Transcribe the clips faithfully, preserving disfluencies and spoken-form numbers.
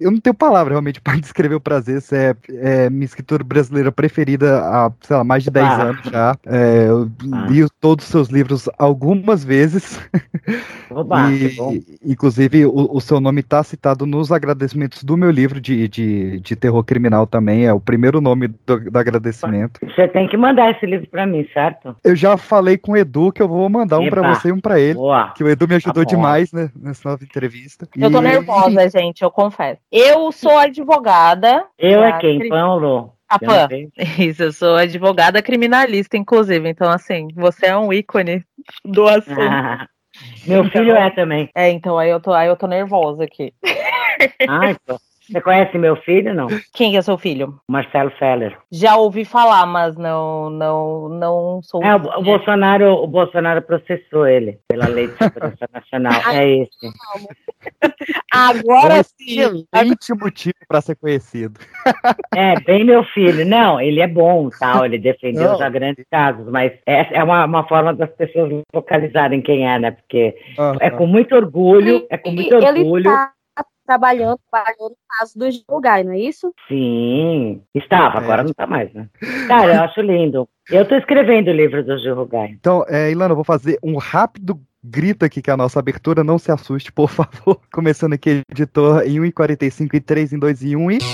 eu não tenho palavra realmente para descrever o prazer. Você é, é minha escritora brasileira preferida há, sei lá, mais de dez Ah. anos já. É, eu Ah. li todos os seus livros algumas vezes. Oba, que bom. E, inclusive, o, o seu nome está citado nos agradecimentos do meu livro de, de, de terror criminal também. É o primeiro nome do, do agradecimento. Você tem que mandar esse livro para mim, certo? Eu já falei com o Edu que eu vou mandar um para Eba. você e um para ele. Boa. Que o Edu me ajudou Tá bom. demais, né, nessa nova entrevista. Eu tô E- nervosa, gente, eu confesso. Eu sou advogada. Eu já é quem? cri- Paulo? A Eu não Pan. sei. Isso, eu sou advogada criminalista, inclusive. Então, assim, você é um ícone do assunto. Ah, meu Então- filho é também. É, então aí eu tô, aí eu tô nervosa aqui. Ai, pô. Você conhece meu filho, não? Quem é seu filho? Marcelo Feller. Já ouvi falar, mas não, não, não sou. É, o, o Bolsonaro, o Bolsonaro processou ele pela Lei de Segurança Nacional. É esse. Agora um sim. excelente motivo para ser conhecido. É, bem meu filho. Não, ele é bom, tal, ele defendeu Não. já grandes casos, mas é, é uma, uma forma das pessoas localizarem quem é, né? Porque Ah, é com muito orgulho, é com muito Ele orgulho. está trabalhando, trabalhando no caso do Gilgai, não é isso? Sim, estava, É. agora não está mais, né? Cara, eu acho lindo. Eu estou escrevendo o livro do Gil Rugai. Então, é, Ilana, eu vou fazer um rápido grito aqui que é a nossa abertura. Não se assuste, por favor. Começando aqui, editor, em um e quarenta e cinco, e três em dois e um e...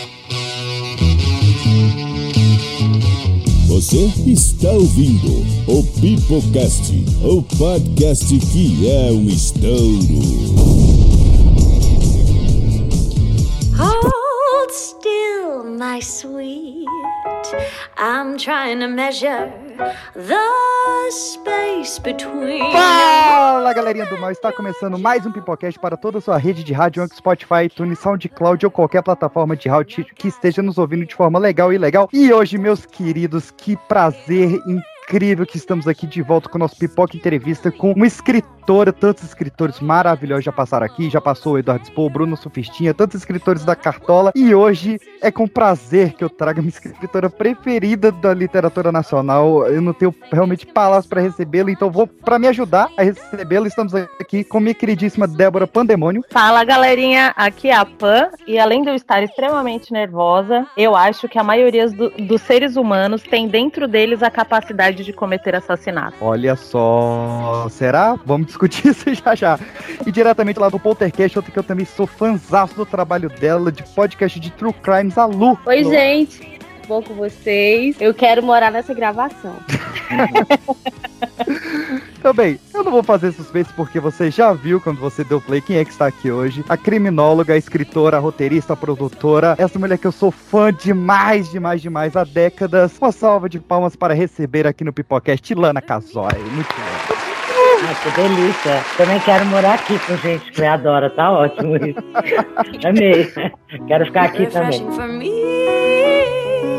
Você está ouvindo o Pipocast, o podcast que é um estouro. Hold still, my sweet. I'm trying to measure the space between. Fala, galerinha do mal! Está começando mais um Pipocast para toda a sua rede de rádio, Anchor, Spotify, iTunes, SoundCloud ou qualquer plataforma de áudio que esteja nos ouvindo de forma legal e legal. E hoje, meus queridos, que prazer incrível que estamos aqui de volta com o nosso Pipoca Entrevista com uma escritora, tantos escritores maravilhosos já passaram aqui, já passou o Eduardo Spohr, o Bruno Sufistinha, tantos escritores da Cartola, e hoje é com prazer que eu trago a minha escritora preferida da literatura nacional. Eu não tenho realmente palavras para recebê-la, então vou, para me ajudar a recebê-la, estamos aqui com minha queridíssima Débora Pandemônio. Fala, galerinha, aqui é a Pan, e além de eu estar extremamente nervosa, eu acho que a maioria do, dos seres humanos tem dentro deles a capacidade de cometer assassinato. Olha só, será? Vamos discutir isso já já. E diretamente lá do Poltercast, outra que eu também sou fãzaço do trabalho dela, de podcast de True Crimes, a Lu. Oi, Lu. gente. Bom com vocês. Eu quero morar nessa gravação. Também, eu não vou fazer suspense porque você já viu quando você deu play quem é que está aqui hoje. A criminóloga, a escritora, a roteirista, a produtora. Essa mulher que eu sou fã demais, demais, demais há décadas. Uma salva de palmas para receber aqui no Pipocast, Ilana Casoy. Muito bom. Ai, que delícia. Também quero morar aqui com gente que me adora, tá ótimo isso. Amei. Quero ficar aqui também. Refreshing for me.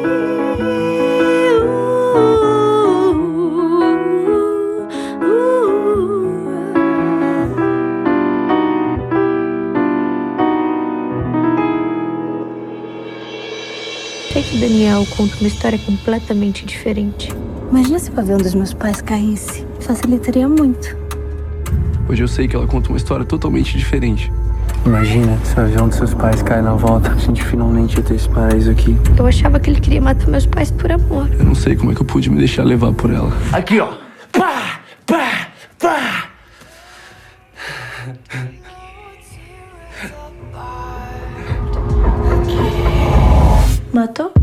Sei que o Daniel conta uma história completamente diferente. Imagina se o avião dos meus pais caísse. Facilitaria muito. Hoje eu sei que ela conta uma história totalmente diferente. Imagina se o avião dos seus pais cai na volta. A gente finalmente ia ter esse paraíso aqui. Eu achava que ele queria matar meus pais por amor. Eu não sei como é que eu pude me deixar levar por ela. Aqui, ó. Pá! Pá! Pá! Matou?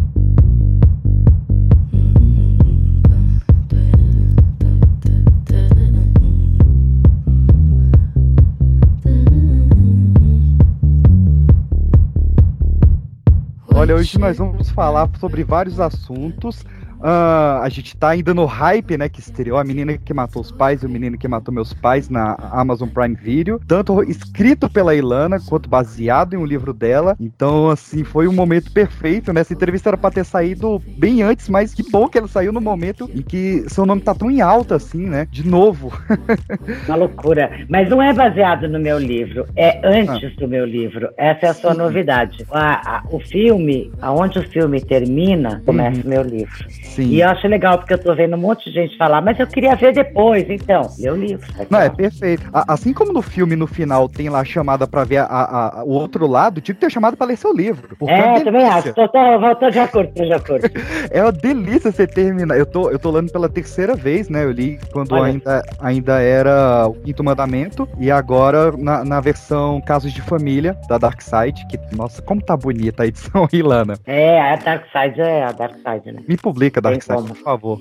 Olha, hoje nós vamos falar sobre vários assuntos. Uh, a gente tá ainda no hype, né, que estreou A Menina que Matou os Pais e O Menino que Matou Meus Pais na Amazon Prime Video, tanto escrito pela Ilana, quanto baseado em um livro dela. Então, assim, foi um momento perfeito, né? Essa entrevista era pra ter saído bem antes, mas que bom que ela saiu no momento em que seu nome tá tão em alta, assim, né? De novo. Uma loucura. Mas não é baseado no meu livro, é antes ah. do meu livro. Essa é a sua novidade. A, a, o filme, aonde o filme termina, começa o uhum. meu livro. Sim. E eu acho legal, porque eu tô vendo um monte de gente falar, mas eu queria ver depois, então. Lê o livro. Tá. Não, é perfeito. A, assim como no filme, no final, tem lá a chamada pra ver a, a, a, o outro lado, tinha que ter chamado pra ler seu livro. É, é também acho. Tô, tô, tô de acordo, tô de acordo. É uma delícia você terminar. Eu tô, eu tô lendo pela terceira vez, né? Eu li quando ainda, ainda era o Quinto Mandamento, e agora na, na versão Casos de Família, da Darkseid, que, nossa, como tá bonita a edição, Ilana. É, a Darkseid é a Darkseid, né? Me publica, Darkseid, por favor.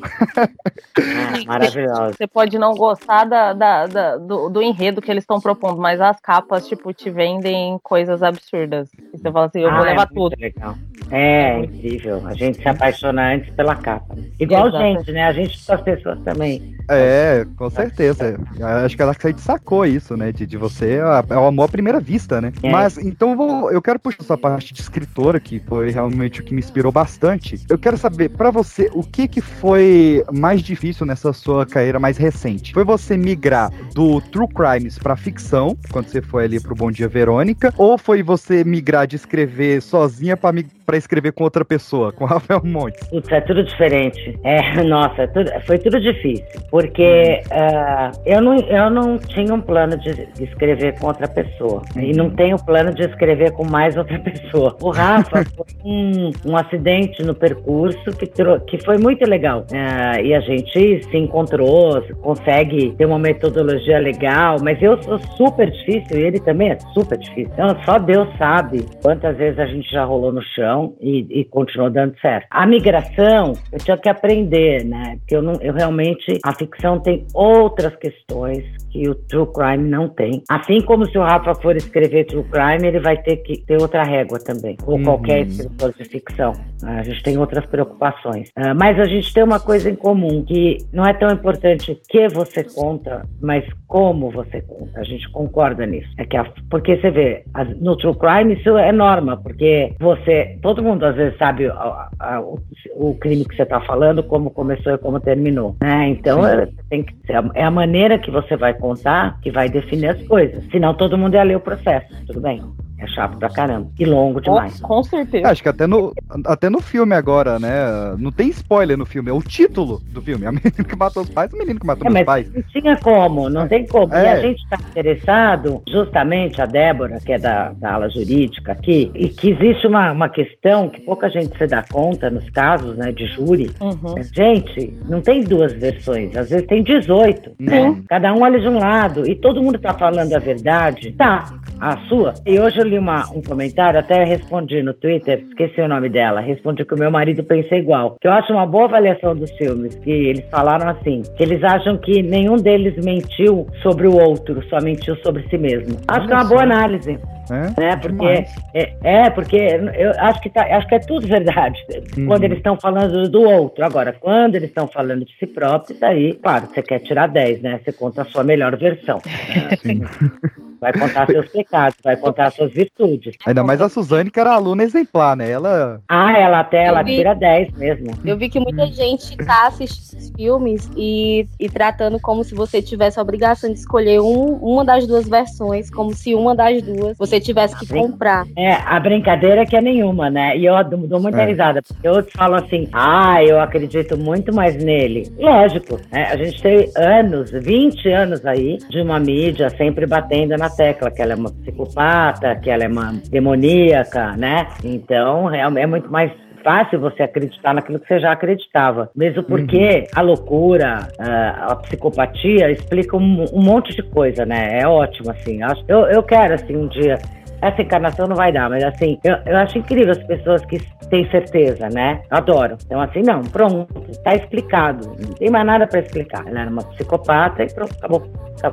É, maravilhoso. Você pode não gostar da, da, da, do, do enredo que eles estão propondo, mas as capas, tipo, te vendem coisas absurdas. E você fala assim, eu ah, vou levar é tudo. Legal. É, é incrível. A gente se apaixona antes pela capa. Igual a gente, né? A gente com as pessoas também. É, com certeza. Acho que a Darkseid sacou isso, né? De, de você, é o amor à primeira vista, né? É. Mas, então, eu, vou, eu quero puxar essa parte de escritora, que foi realmente o que me inspirou bastante. Eu quero saber, pra você, o que que foi mais difícil nessa sua carreira mais recente? Foi você migrar do True Crimes pra ficção, quando você foi ali pro Bom Dia Verônica, ou foi você migrar de escrever sozinha pra, pra escrever com outra pessoa, com Rafael Montes? Putz, é tudo diferente. É, nossa, é tudo, foi tudo difícil, porque uh, eu, não, eu não tinha um plano de, de escrever com outra pessoa, e não tenho plano de escrever com mais outra pessoa. O Rafa foi um, um acidente no percurso que, que foi muito legal, uh, e a gente se encontrou, consegue ter uma metodologia legal, mas eu sou super difícil e ele também é super difícil. Então só Deus sabe quantas vezes a gente já rolou no chão e, e continuou dando certo. A migração, eu tinha que aprender, né? Porque eu, não, eu realmente, a ficção tem outras questões que o True Crime não tem. Assim como se o Rafa for escrever True Crime, ele vai ter que ter outra régua também, ou uhum. qualquer escritor de ficção. A gente tem outras preocupações. Uh, mas a gente tem uma coisa em comum, que não é tão importante o que você conta, mas como você conta. A gente concorda nisso. É que a, porque você vê, a, no True Crime isso é norma, porque você, todo mundo às vezes sabe a, a, o, o crime que você está falando, como começou e como terminou, né? Então é, tem que ser, é a maneira que você vai contar que vai definir as coisas. Senão todo mundo ia ler o processo, tudo bem? É chato pra caramba. E longo demais. Com, com certeza. Acho que até no, até no filme agora, né? Não tem spoiler no filme. É o título do filme. A menina que matou os pais, o menino que matou é, os mas pais. Não tinha como, não tem como. É. E a gente tá interessado, justamente a Débora, que é da, da ala jurídica aqui, e que existe uma, uma questão que pouca gente se dá conta nos casos, né, de júri. Uhum. Gente, não tem duas versões. Às vezes tem dezoito. Né? Cada um olha de um lado. E todo mundo tá falando a verdade. Tá, a sua. E hoje eu li uma, um comentário, até respondi no Twitter, esqueci o nome dela, respondi que o meu marido pensa igual, que eu acho uma boa avaliação dos filmes, que eles falaram assim, que eles acham que nenhum deles mentiu sobre o outro, só mentiu sobre si mesmo. Acho que é uma boa análise. É, né? Porque, é, é, porque eu acho que, tá, acho que é tudo verdade, uhum. quando eles estão falando do outro. Agora, quando eles estão falando de si próprios, aí, claro, você quer tirar dez, né? Você conta a sua melhor versão. Sim. Vai contar seus pecados, vai contar suas virtudes. Ainda mais a Suzane, que era aluna exemplar, né? Ela... Ah, ela até, ela vi, tira dez mesmo. Eu vi que muita hum. gente tá assistindo os filmes e, e tratando como se você tivesse a obrigação de escolher um, uma das duas versões, como se uma das duas você tivesse que comprar. É, a brincadeira é que é nenhuma, né? E eu dou muita é. risada, porque eu falo assim, ah, eu acredito muito mais nele. Lógico, né? A gente tem anos, vinte anos aí, de uma mídia sempre batendo na tecla, que ela é uma psicopata, que ela é uma demoníaca, né? Então, realmente é muito mais fácil você acreditar naquilo que você já acreditava. Mesmo porque uhum. a loucura, a, a psicopatia explica um, um monte de coisa, né? É ótimo, assim. Eu, eu quero, assim, um dia... Essa encarnação não vai dar, mas assim, eu, eu acho incrível as pessoas que têm certeza, né? Adoro. Então assim, não, pronto, tá explicado. Não tem mais nada pra explicar. Ela era uma psicopata e pronto, acabou.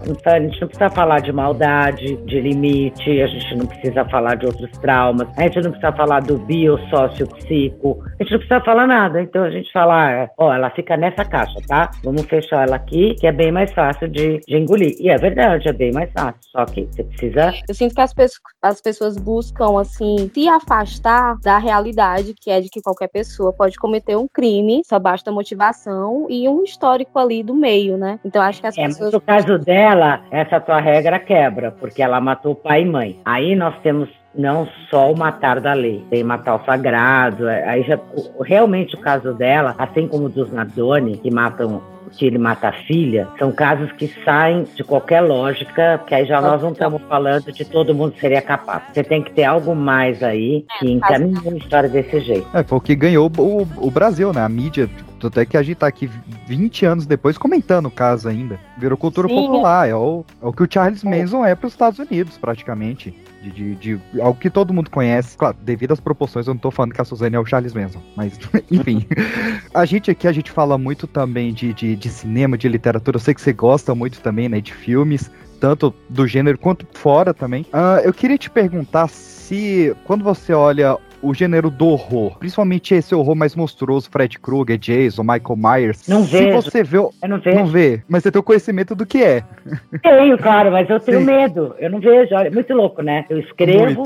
A gente não precisa falar de maldade, de limite, a gente não precisa falar de outros traumas, a gente não precisa falar do biossocio-psico, a gente não precisa falar nada. Então a gente fala, ó, ela fica nessa caixa, tá? Vamos fechar ela aqui, que é bem mais fácil de, de engolir. E é verdade, é bem mais fácil, só que você precisa... Eu sinto que as pessoas, as pessoas buscam, assim, se afastar da realidade, que é de que qualquer pessoa pode cometer um crime, só basta motivação e um histórico ali do meio, né? Então acho que as é, pessoas... Mas no caso dela, essa tua regra quebra, porque ela matou pai e mãe. Aí nós temos não só o matar da lei, tem matar o sagrado. Aí já, realmente o caso dela, assim como o dos Nardoni, que matam, que ele mata a filha, são casos que saem de qualquer lógica, que aí já nós não estamos falando de todo mundo seria capaz. Você tem que ter algo mais aí que encaminha uma história desse jeito. É, foi o que ganhou o, o Brasil, né? A mídia. Até que a gente tá aqui vinte anos depois comentando o caso ainda. Virou cultura Sim, popular. É. É, o, é o que o Charles Manson é para os Estados Unidos, praticamente. De, de, de algo que todo mundo conhece. Claro, devido às proporções, eu não tô falando que a Suzane é o Charles Manson. Mas, enfim. A gente aqui, a gente fala muito também de, de, de cinema, de literatura. Eu sei que você gosta muito também, né? De filmes. Tanto do gênero quanto fora também. Uh, eu queria te perguntar se, quando você olha o gênero do horror, principalmente esse horror mais monstruoso, Fred Krueger, Jason, Michael Myers, não se vejo. você vê, eu não, vejo. não vê, mas você tem o conhecimento do que é. Tenho, claro, mas eu tenho Sim. medo, eu não vejo, olha, é muito louco, né? Eu escrevo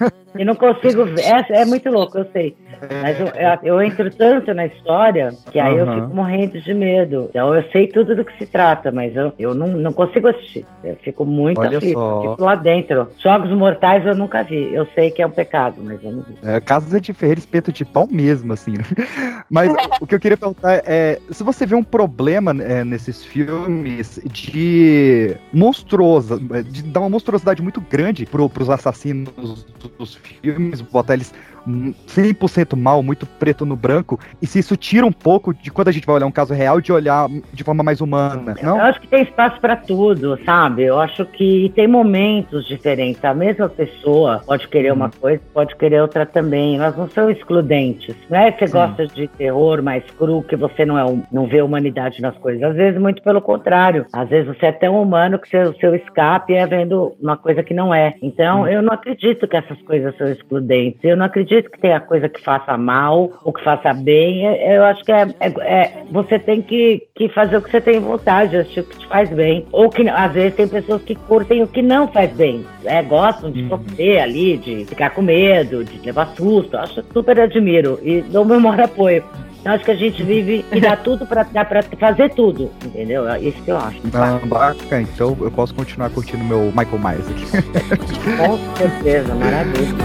e não consigo ver, é, é muito louco, eu sei, mas eu, eu, eu entro tanto na história que aí uhum. eu fico morrendo de medo, então eu sei tudo do que se trata, mas eu, eu não, não consigo assistir, eu fico muito aflito, fico lá dentro. Jogos Mortais eu nunca vi, eu sei que é um pecado, mas eu não vi. É, Casa de Ferreira, espeto de pau mesmo, assim. Mas o que eu queria perguntar é, se você vê um problema é, nesses filmes de monstruosa, de dar uma monstruosidade muito grande pro, pros assassinos dos, dos filmes, botar eles cem por cento mal, muito preto no branco, e se isso tira um pouco de quando a gente vai olhar um caso real, de olhar de forma mais humana, não? Eu acho que tem espaço pra tudo, sabe? Eu acho que tem momentos diferentes. A mesma pessoa pode querer uma coisa, pode querer outra também. Elas não são excludentes. Não é que você Sim. gosta de terror mais cru, que você não, é, não vê humanidade nas coisas. Às vezes, muito pelo contrário. Às vezes você é tão humano que seu, seu escape é vendo uma coisa que não é. Então, hum. eu não acredito que essas coisas são excludentes. Eu não acredito que tenha coisa que faça mal ou que faça bem. Eu acho que é, é, é você tem que, que fazer o que você tem vontade, assistir o que te faz bem. Ou que, às vezes, tem pessoas que curtem o que não faz bem. É, gostam de sofrer ali, de ficar com medo, de levar susto. Eu acho super admiro e dou meu maior apoio. Eu acho que a gente vive e dá tudo pra, dá pra fazer tudo, entendeu? É isso que eu acho. Ah, bacana. Então eu posso continuar curtindo meu Michael Myers aqui. Com certeza, maravilha.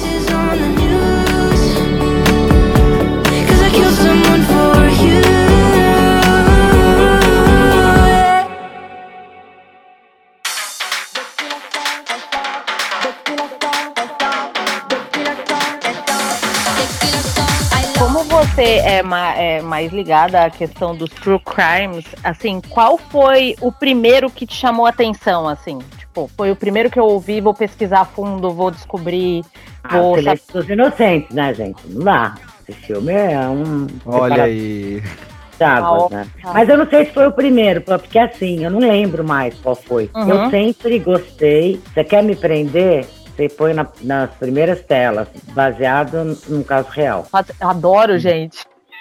Como você é, ma- é mais ligada à questão dos true crimes, assim, qual foi o primeiro que te chamou a atenção, assim? Tipo, foi o primeiro que eu ouvi, vou pesquisar a fundo, vou descobrir, ah, vou... Silêncio dos Inocentes, né, gente? Não dá. Esse filme é um... Olha aí... Águas, né? Mas eu não sei se foi o primeiro, porque assim, eu não lembro mais qual foi. Uhum. Eu sempre gostei. Você quer me prender? Você põe na, nas primeiras telas, baseado num caso real. Adoro, gente.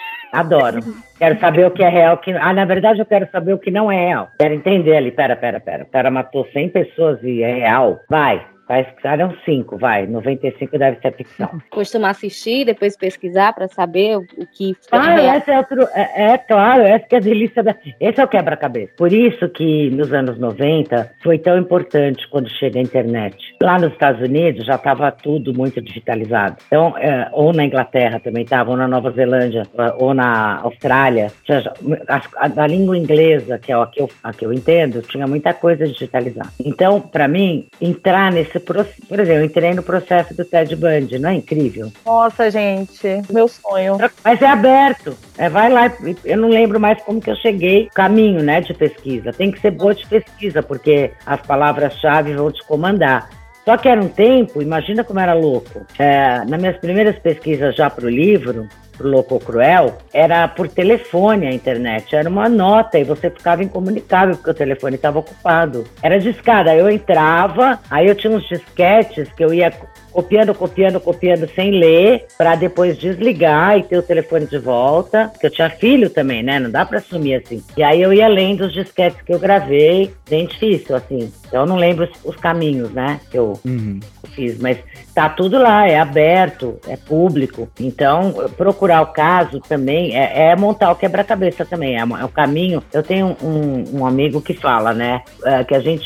Adoro. Quero saber o que é real. Que... Ah, na verdade, eu quero saber o que não é real. Quero entender ali. Pera, pera, pera. O cara matou cem pessoas e é real? Vai. Eram cinco, vai. noventa e cinco deve ser ficção. Costuma assistir, depois pesquisar para saber o que... Ah, é. essa é, outro, é, é claro, essa que é a delícia da... Esse é o quebra-cabeça. Por isso que nos anos noventa foi tão importante quando chega a internet. Lá nos Estados Unidos já estava tudo muito digitalizado. Então, é, ou na Inglaterra também estava, ou na Nova Zelândia, ou na Austrália. Já, a, a, a língua inglesa, que é a que, eu, a que eu entendo, tinha muita coisa digitalizada. Então, para mim, entrar nesse Por exemplo, eu entrei no processo do Ted Bundy, não é incrível? Nossa, gente, meu sonho. Mas é aberto, é, vai lá, eu não lembro mais como que eu cheguei, caminho, né, de pesquisa. Tem que ser boa de pesquisa, porque as palavras-chave vão te comandar. Só que era um tempo, imagina como era louco. É, nas minhas primeiras pesquisas já para o livro, pro Louco ou Cruel, era por telefone a internet, era uma nota e você ficava incomunicável porque o telefone estava ocupado. Era discada, eu entrava, aí eu tinha uns disquetes que eu ia copiando, copiando, copiando sem ler, para depois desligar e ter o telefone de volta, porque eu tinha filho também, né, não dá para assumir assim. E aí eu ia lendo os disquetes que eu gravei, bem difícil, assim. Eu não lembro os, os caminhos, né, que eu uhum. fiz, mas tá tudo lá, é aberto, é público. Então, procurar o caso também é, é montar o quebra-cabeça também, é, é o caminho. Eu tenho um, um amigo que fala, né, é, que a gente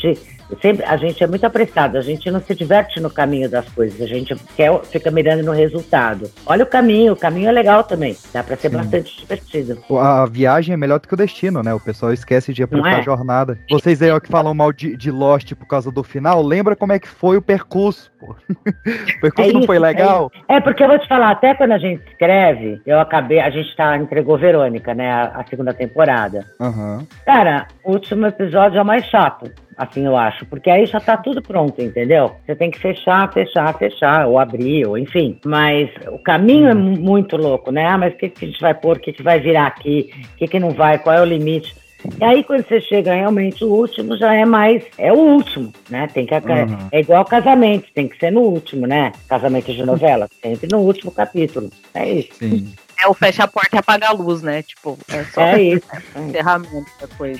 sempre, a gente é muito apressado, a gente não se diverte no caminho das coisas, a gente quer, fica mirando no resultado. Olha o caminho, o caminho é legal também, dá pra ser Sim. bastante divertido. A viagem é melhor do que o destino, né? O pessoal esquece de aproveitar é? a jornada. Vocês aí ó, que falam mal de, de Lost por causa do final, lembra como é que foi o percurso, pô. O percurso é não isso, foi legal? É, é porque eu vou te falar, até quando a gente escreve, eu acabei, a gente tá, entregou Verônica, né, a, a segunda temporada. Uhum. Cara, o último episódio é o mais chato, assim eu acho, porque aí já tá tudo pronto, entendeu? Você tem que fechar, fechar, fechar, ou abrir, ou enfim. Mas o caminho é muito louco, né? Ah, mas o que, que a gente vai pôr, o que, que vai virar aqui, o que, que não vai, qual é o limite? E aí, quando você chega realmente, o último já é mais... É o último, né? Tem que, uhum. É igual casamento, tem que ser no último, né? Casamento de novela, sempre no último capítulo. É isso. Sim. É o fecha a porta e apaga a luz, né? Tipo, é só é isso. encerramento da coisa.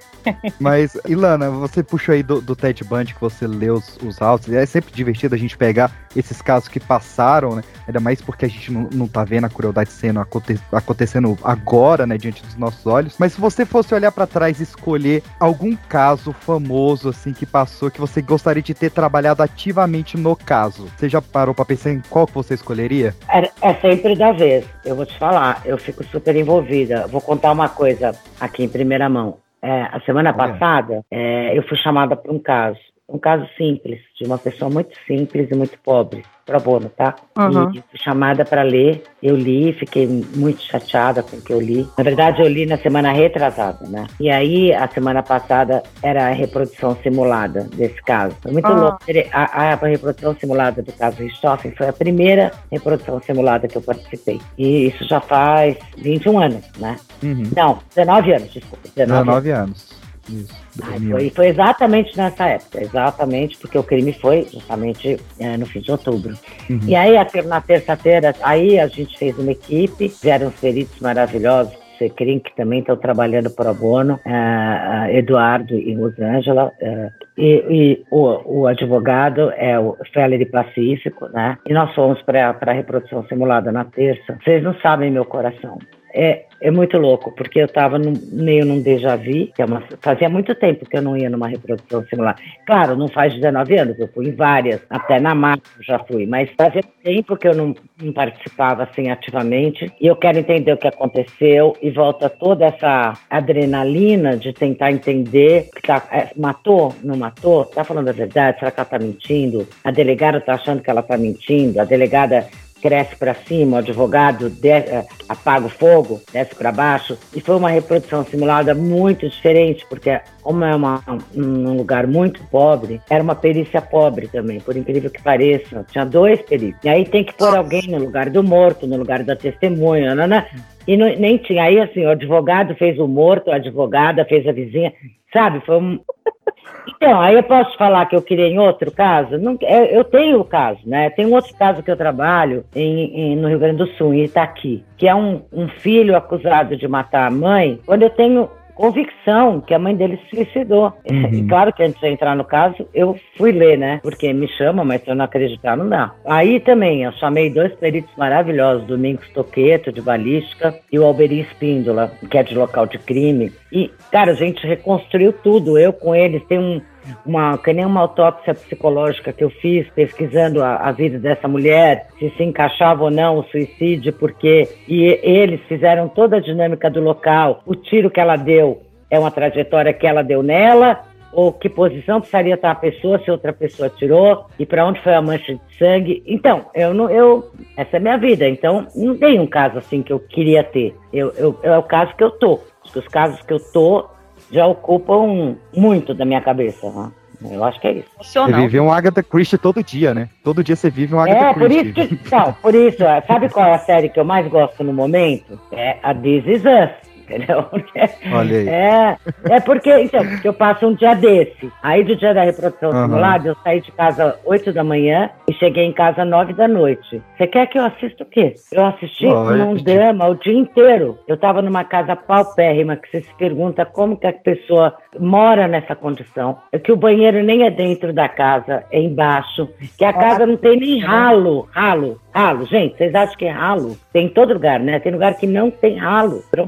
Mas, Ilana, você puxou aí do, do Ted Bundy, que você leu os, os autos, é sempre divertido a gente pegar esses casos que passaram, né, ainda mais porque a gente não, não tá vendo a crueldade sendo aconte, acontecendo agora, né, diante dos nossos olhos, mas se você fosse olhar pra trás e escolher algum caso famoso, assim, que passou, que você gostaria de ter trabalhado ativamente no caso, você já parou pra pensar em qual que você escolheria? É, é sempre da vez, eu vou te falar, eu fico super envolvida, vou contar uma coisa aqui em primeira mão. É, a semana Olha. passada, é, eu fui chamada para um caso, um caso simples, de uma pessoa muito simples e muito pobre, pro bono, tá? Uhum. E fui chamada para ler, eu li, fiquei muito chateada com o que eu li. Na verdade, eu li na semana retrasada, né? E aí, a semana passada, era a reprodução simulada desse caso. Foi muito ah. louco. A, a reprodução simulada do caso Richthofen foi a primeira reprodução simulada que eu participei. E isso já faz vinte e um anos, né? Uhum. Não, dezenove anos, desculpa. dezenove anos. Isso, Ai, foi, foi exatamente nessa época, exatamente porque o crime foi justamente é, no fim de outubro. Uhum. E aí, na terça-feira, aí a gente fez uma equipe, vieram os peritos maravilhosos, Secrim, que também estão trabalhando pro bono, uh, Eduardo e Rosângela, uh, e, e o, o advogado é o Félix Pacífico, né? E nós fomos para a reprodução simulada na terça. Vocês não sabem meu coração. É, é muito louco, porque eu estava meio num déjà vu, que é uma, fazia muito tempo que eu não ia numa reprodução simulada. Claro, não faz dezenove anos, eu fui em várias, até na Macro já fui, mas fazia tempo que eu não, não participava assim ativamente, e eu quero entender o que aconteceu, e volta toda essa adrenalina de tentar entender, que tá, é, matou, não matou, tá falando a verdade, será que ela tá mentindo? A delegada tá achando que ela tá mentindo, a delegada cresce para cima, o advogado desce, apaga o fogo, desce para baixo. E foi uma reprodução simulada muito diferente, porque como é uma, um lugar muito pobre, era uma perícia pobre também, por incrível que pareça. Tinha dois peritos. E aí tem que pôr alguém no lugar do morto, no lugar da testemunha, né, né? E não, nem tinha. Aí assim, o advogado fez o morto, a advogada fez a vizinha, sabe? Foi um... Então, aí eu posso falar que eu queria em outro caso? Não, eu tenho o caso, né? Tem um outro caso que eu trabalho em, em, no Rio Grande do Sul, em Itaqui, que é um, um filho acusado de matar a mãe, quando eu tenho convicção que a mãe dele se suicidou. Uhum. E claro que antes de entrar no caso, eu fui ler, né? Porque me chama, mas se eu não acreditar, não dá. Aí também, eu chamei dois peritos maravilhosos, Domingos Toqueto, de balística, e o Alberi Espíndola, que é de local de crime. E, cara, a gente reconstruiu tudo, eu com eles. Tem um, uma, que nem uma autópsia psicológica que eu fiz, pesquisando a, a vida dessa mulher, se se encaixava ou não o suicídio, porque e eles fizeram toda a dinâmica do local, o tiro que ela deu é uma trajetória que ela deu nela, ou que posição precisaria estar a pessoa se outra pessoa tirou, e para onde foi a mancha de sangue. Então, eu não, eu, essa é a minha vida, então não tem um caso assim que eu queria ter, eu, eu, é o caso que eu tô, os casos que eu tô já ocupam muito da minha cabeça, né? Eu acho que é isso. Você vive um Agatha Christie todo dia, né? Todo dia você vive um Agatha é, Christie. É, por isso que... Não, por isso, sabe qual é a série que eu mais gosto no momento? É a This Is Us. Entendeu? Porque, olha aí. É, é porque, então, porque eu passo um dia desse. Aí do dia da reprodução uhum. simulada, eu saí de casa oito da manhã e cheguei em casa nove da noite. Você quer que eu assista o quê? Eu assisti num drama o dia inteiro. Eu tava numa casa paupérrima, que você se pergunta como que a pessoa mora nessa condição. É que o banheiro nem é dentro da casa, é embaixo. Que a casa não tem nem ralo, ralo. Ralo, gente, vocês acham que é ralo? Tem em todo lugar, né? Tem lugar que não tem ralo. Problema.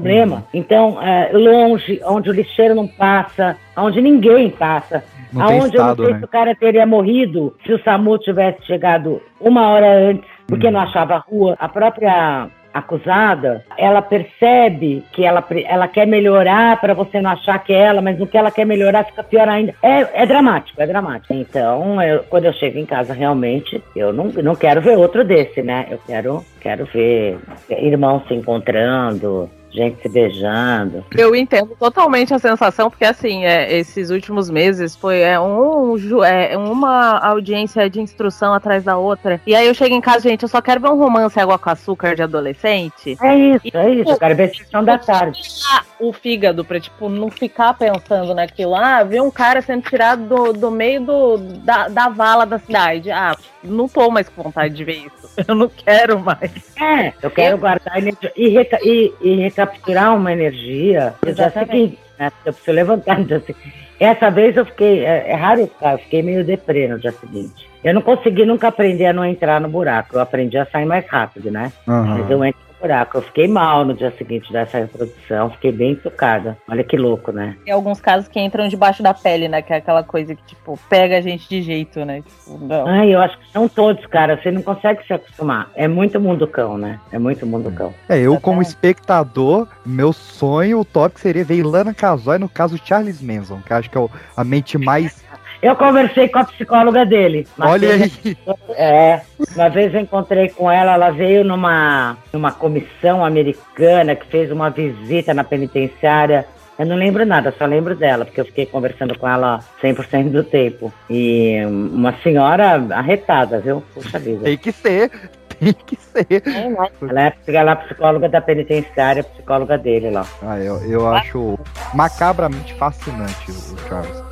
Então, é, longe, onde o lixeiro não passa, onde ninguém passa, não tem aonde estado, eu não sei né? se o cara teria morrido se o SAMU tivesse chegado uma hora antes, porque hum. não achava a rua. A própria acusada, ela percebe que ela, ela quer melhorar para você não achar que é ela, mas no que ela quer melhorar fica pior ainda. É, é dramático, é dramático. Então, eu, quando eu chego em casa, realmente, eu não, não quero ver outro desse, né? Eu quero, quero ver irmãos se encontrando, gente se beijando. Eu entendo totalmente a sensação, porque assim, é, esses últimos meses foi é, um, é, uma audiência de instrução atrás da outra. E aí eu chego em casa, gente, eu só quero ver um romance água com açúcar de adolescente. É isso, e, é isso, eu quero ver sessão da tarde. O fígado, pra tipo, não ficar pensando naquilo. Ah, ver um cara sendo tirado do, do meio do, da, da vala da cidade. Ah, não tô mais com vontade de ver isso. Eu não quero mais. É, eu quero eu... guardar energia e, reca e, e recapturar uma energia no dia seguinte, né? Eu preciso levantar no dia seguinte. Essa vez eu fiquei, é, é raro ficar, eu fiquei meio deprê no dia seguinte. Eu não consegui nunca aprender a não entrar no buraco. Eu aprendi a sair mais rápido, né? Uhum. Mas eu entro no buraco. Eu fiquei mal no dia seguinte dessa reprodução. Fiquei bem tocada. Olha que louco, né? Tem alguns casos que entram debaixo da pele, né? Que é aquela coisa que, tipo, pega a gente de jeito, né? Tipo, não. Ai, eu acho que são todos, cara. Você não consegue se acostumar. É muito mundo cão, né? É muito mundo cão. É, eu como espectador, meu sonho, o top seria ver Ilana Casoy, no caso Charles Manson, que acho que é o, a mente mais... Eu conversei com a psicóloga dele. Olha aí. É, uma vez eu encontrei com ela, ela veio numa, numa comissão americana que fez uma visita na penitenciária. Eu não lembro nada, só lembro dela, porque eu fiquei conversando com ela cem por cento do tempo. E uma senhora arretada, viu? Puxa vida. Tem que ser, tem que ser. Ela é, ela é psicóloga da penitenciária, psicóloga dele lá. Ah, eu, eu acho macabramente fascinante o Charles.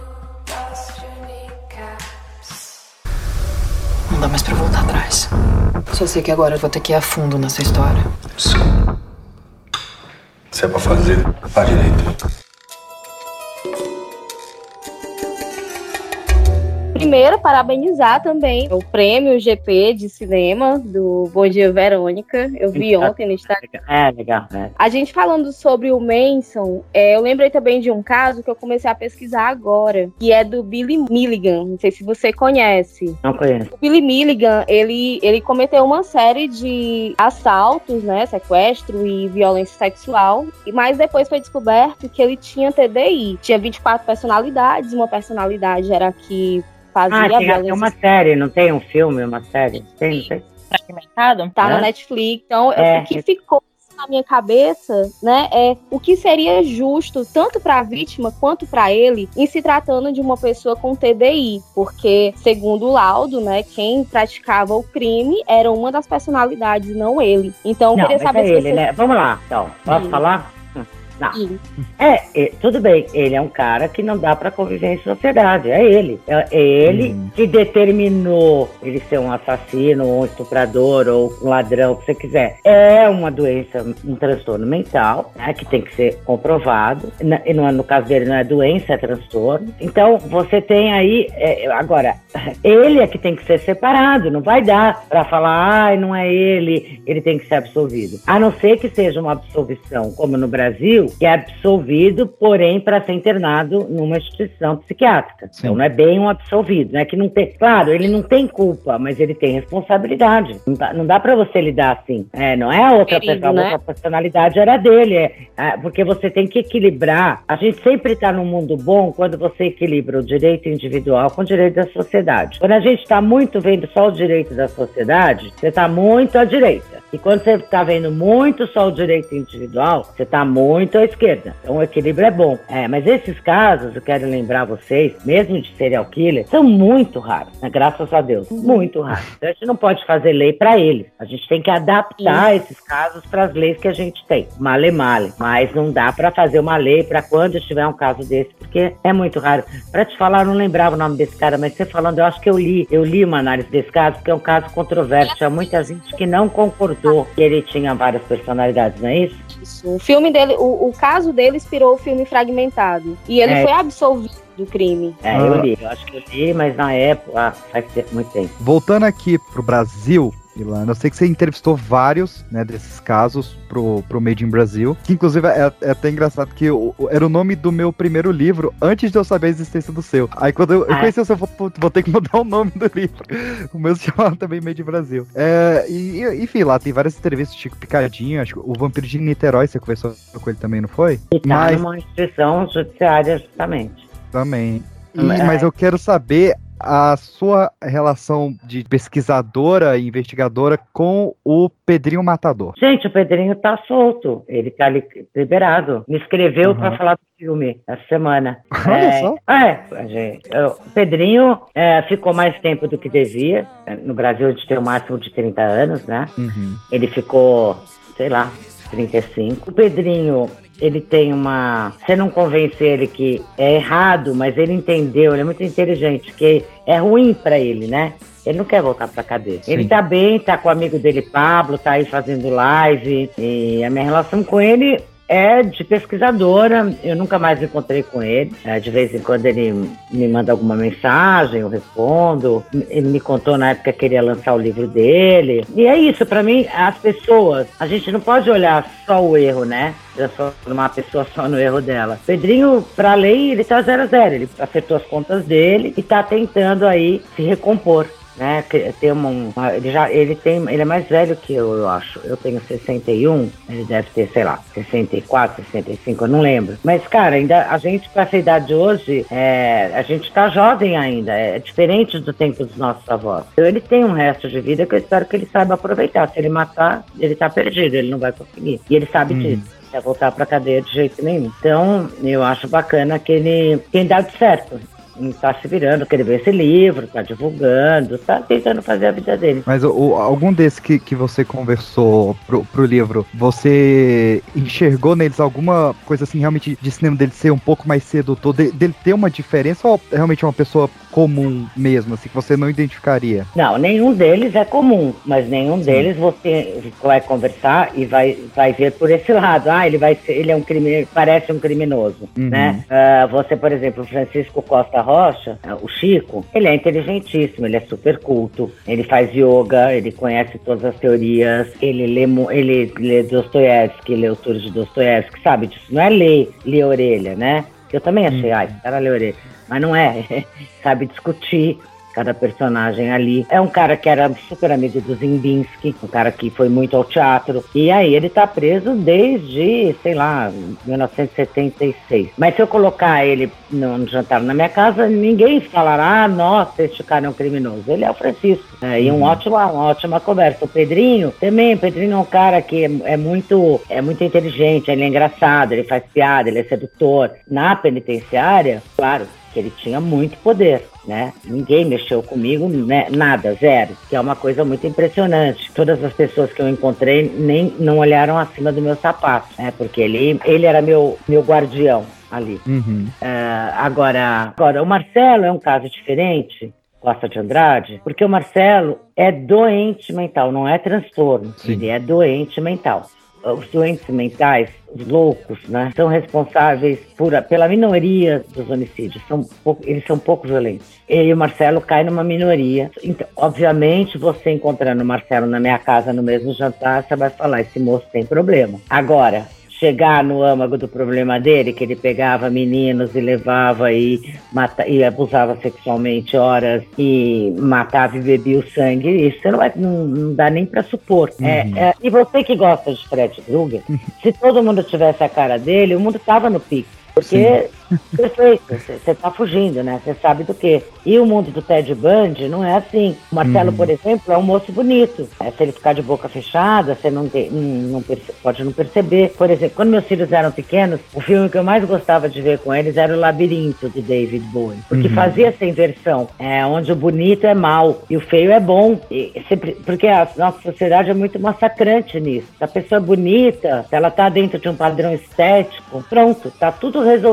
Não dá mais pra voltar atrás. Só sei que agora eu vou ter que ir a fundo nessa história. Desculpa. Se é pra fazer, faz direito. Primeiro, parabenizar também o prêmio G P de cinema do Bom Dia Verônica. Eu vi ontem no Instagram. É, legal. É. A gente falando sobre o Manson, é, eu lembrei também de um caso que eu comecei a pesquisar agora, que é do Billy Milligan. Não sei se você conhece. Não conheço. O Billy Milligan, ele, ele cometeu uma série de assaltos, né, sequestro e violência sexual, mas depois foi descoberto que ele tinha T D I. Tinha vinte e quatro personalidades, uma personalidade era que fazia ah, tem violência. uma série, não tem um filme, uma série? Tem, não sei. Fragmentado? Tá é? na Netflix. Então, é. o que ficou na minha cabeça, né, é o que seria justo tanto para a vítima quanto para ele em se tratando de uma pessoa com T D I, porque segundo o laudo, né, quem praticava o crime era uma das personalidades, não ele. Então, eu não, queria saber é se ele, você... né? Vamos lá, então. Posso Sim. falar? Não. É, é, tudo bem, ele é um cara que não dá pra conviver em sociedade, é ele. É, é ele hum. que determinou ele ser um assassino, ou um estuprador, ou um ladrão, o que você quiser. É uma doença, um transtorno mental, né, que tem que ser comprovado. E no, no caso dele não é doença, é transtorno. Então, você tem aí, é, agora, ele é que tem que ser separado, não vai dar pra falar, ai, não é ele, ele tem que ser absolvido. A não ser que seja uma absolvição, como no Brasil, que é absolvido, porém, para ser internado numa instituição psiquiátrica. Sim. Então, não é bem um absolvido, né? Que não tem, claro, ele não tem culpa, mas ele tem responsabilidade. Não dá, não dá para você lidar assim. É, não é a outra Querido, pessoa, né? a outra personalidade era dele. É, é, porque você tem que equilibrar. A gente sempre está num mundo bom quando você equilibra o direito individual com o direito da sociedade. Quando a gente está muito vendo só o direito da sociedade, você está muito à direita. E quando você está vendo muito só o direito individual, você está muito à esquerda. Então o equilíbrio é bom. É, mas esses casos, eu quero lembrar vocês, mesmo de serial killer, são muito raros, né? Graças a Deus. Muito raros. Então a gente não pode fazer lei para eles. A gente tem que adaptar Sim. esses casos para as leis que a gente tem. Male male. Mas não dá para fazer uma lei para quando tiver um caso desse, porque é muito raro. Para te falar, eu não lembrava o nome desse cara, mas você falando, eu acho que eu li. Eu li uma análise desse caso, porque é um caso controverso. Tinha muita gente que não concordou que ele tinha várias personalidades, não é isso? Isso. O filme dele, o, o caso dele inspirou o filme Fragmentado. E ele é. foi absolvido do crime. É, eu li. Eu acho que eu li, mas na época, ah, faz muito tempo. Voltando aqui pro Brasil, Ilana, eu sei que você entrevistou vários, né, desses casos pro, pro Made in Brasil, que inclusive é, é até engraçado que eu, era o nome do meu primeiro livro, antes de eu saber a existência do seu. Aí quando eu, ah. eu conheci o seu, vou, vou ter que mudar o nome do livro. O meu se chamava também Made in Brasil. É, e, enfim, lá tem várias entrevistas, Chico Picadinho, acho que o Vampiro de Niterói, você conversou com ele também, não foi? E tá mas... numa instituição judiciária, justamente. Também. E, é. Mas eu quero saber a sua relação de pesquisadora e investigadora com o Pedrinho Matador. Gente, o Pedrinho tá solto, ele tá li- liberado. Me escreveu uhum. pra falar do filme essa semana. Olha é, só. É, gente, eu, o Pedrinho é, ficou mais tempo do que devia. No Brasil a gente tem o máximo de trinta anos, né? Uhum. Ele ficou, sei lá, trinta e cinco. O Pedrinho, ele tem uma... Você não convence ele que é errado, mas ele entendeu, ele é muito inteligente, que é ruim pra ele, né? Ele não quer voltar pra cadeia. Sim. Ele tá bem, tá com o amigo dele, Pablo, tá aí fazendo live, e a minha relação com ele é de pesquisadora. Eu nunca mais encontrei com ele. É, de vez em quando ele me manda alguma mensagem, eu respondo. Ele me contou na época que ele ia lançar o livro dele. E é isso, pra mim, as pessoas, a gente não pode olhar só o erro, né? Transformar uma pessoa só no erro dela. Pedrinho, pra lei, ele tá zero a zero. Ele acertou as contas dele e tá tentando aí se recompor. Né, tem uma, uma, ele já ele tem ele é mais velho que eu, eu acho. Eu tenho sessenta e um, ele deve ter, sei lá, sessenta e quatro, sessenta e cinco, eu não lembro. Mas, cara, ainda a gente com essa idade hoje, é, a gente tá jovem ainda, é diferente do tempo dos nossos avós. Então, ele tem um resto de vida que eu espero que ele saiba aproveitar. Se ele matar, ele tá perdido, ele não vai conseguir. E ele sabe hum. disso. Não quer voltar pra cadeia de jeito nenhum. Então, eu acho bacana que ele tem dado certo. Tá se virando, escreveu esse livro, tá divulgando, tá tentando fazer a vida dele. Mas o, algum desses que, que você conversou pro, pro livro, você enxergou neles alguma coisa assim, realmente de cinema dele ser um pouco mais sedutor, de, dele ter uma diferença, ou realmente é uma pessoa comum mesmo, assim, que você não identificaria? Não, nenhum deles é comum, mas nenhum Sim. deles você vai conversar e vai, vai ver por esse lado. Ah, ele vai ser, ele é um crime, parece um criminoso, uhum. né? Uh, você, por exemplo, o Francisco Costa Rocha, o Chico, ele é inteligentíssimo, ele é super culto, ele faz yoga, ele conhece todas as teorias, ele lê, ele lê Dostoiévski, lê o Tour de Dostoiévski, sabe disso? Não é ler, ler orelha, né? Que eu também achei, ai, esse cara lê orelha, mas não é, sabe discutir cada personagem ali. É um cara que era super amigo do Zimbinski, um cara que foi muito ao teatro. E aí ele tá preso desde, sei lá, mil novecentos e setenta e seis. Mas se eu colocar ele no, no jantar na minha casa, ninguém falará, ah, nossa, este cara é um criminoso. Ele é o Francisco. É, e um ótimo, uma ótima conversa. O Pedrinho também, o Pedrinho é um cara que é, é, muito, é muito inteligente, ele é engraçado, ele faz piada, ele é sedutor. Na penitenciária, claro, que ele tinha muito poder, né? Ninguém mexeu comigo, né? Nada, zero. Que é uma coisa muito impressionante. Todas as pessoas que eu encontrei nem não olharam acima do meu sapato, né? Porque ele, ele era meu, meu guardião ali. Uhum. Uh, agora, agora, o Marcelo é um caso diferente, Costa de Andrade, porque o Marcelo é doente mental, não é transtorno. Sim. Ele é doente mental. Os doentes mentais, os loucos, né, são responsáveis por, pela minoria dos homicídios. São pouco, eles são pouco violentos. E o Marcelo cai numa minoria. Então, obviamente, você encontrando o Marcelo na minha casa no mesmo jantar, você vai falar, esse moço tem problema. Agora, chegar no âmago do problema dele, que ele pegava meninos e levava e, mata, e abusava sexualmente horas e matava e bebia o sangue, isso você não, vai, não, não dá nem pra supor. Uhum. É, é, e você que gosta de Fred Krueger, se todo mundo tivesse a cara dele, o mundo tava no pico. Porque, perfeito, você tá fugindo, né? Você sabe do quê? E o mundo do Ted Bundy não é assim. O Marcelo, uhum. por exemplo, é um moço bonito. É, se ele ficar de boca fechada, você não, tem, não, não perce, pode não perceber. Por exemplo, quando meus filhos eram pequenos, o filme que eu mais gostava de ver com eles era O Labirinto, de David Bowie. Porque uhum. fazia essa inversão, é, onde o bonito é mau e o feio é bom. E, sempre, porque a nossa sociedade é muito massacrante nisso. Se a pessoa é bonita, se ela tá dentro de um padrão estético, pronto, tá tudo resolvido ali.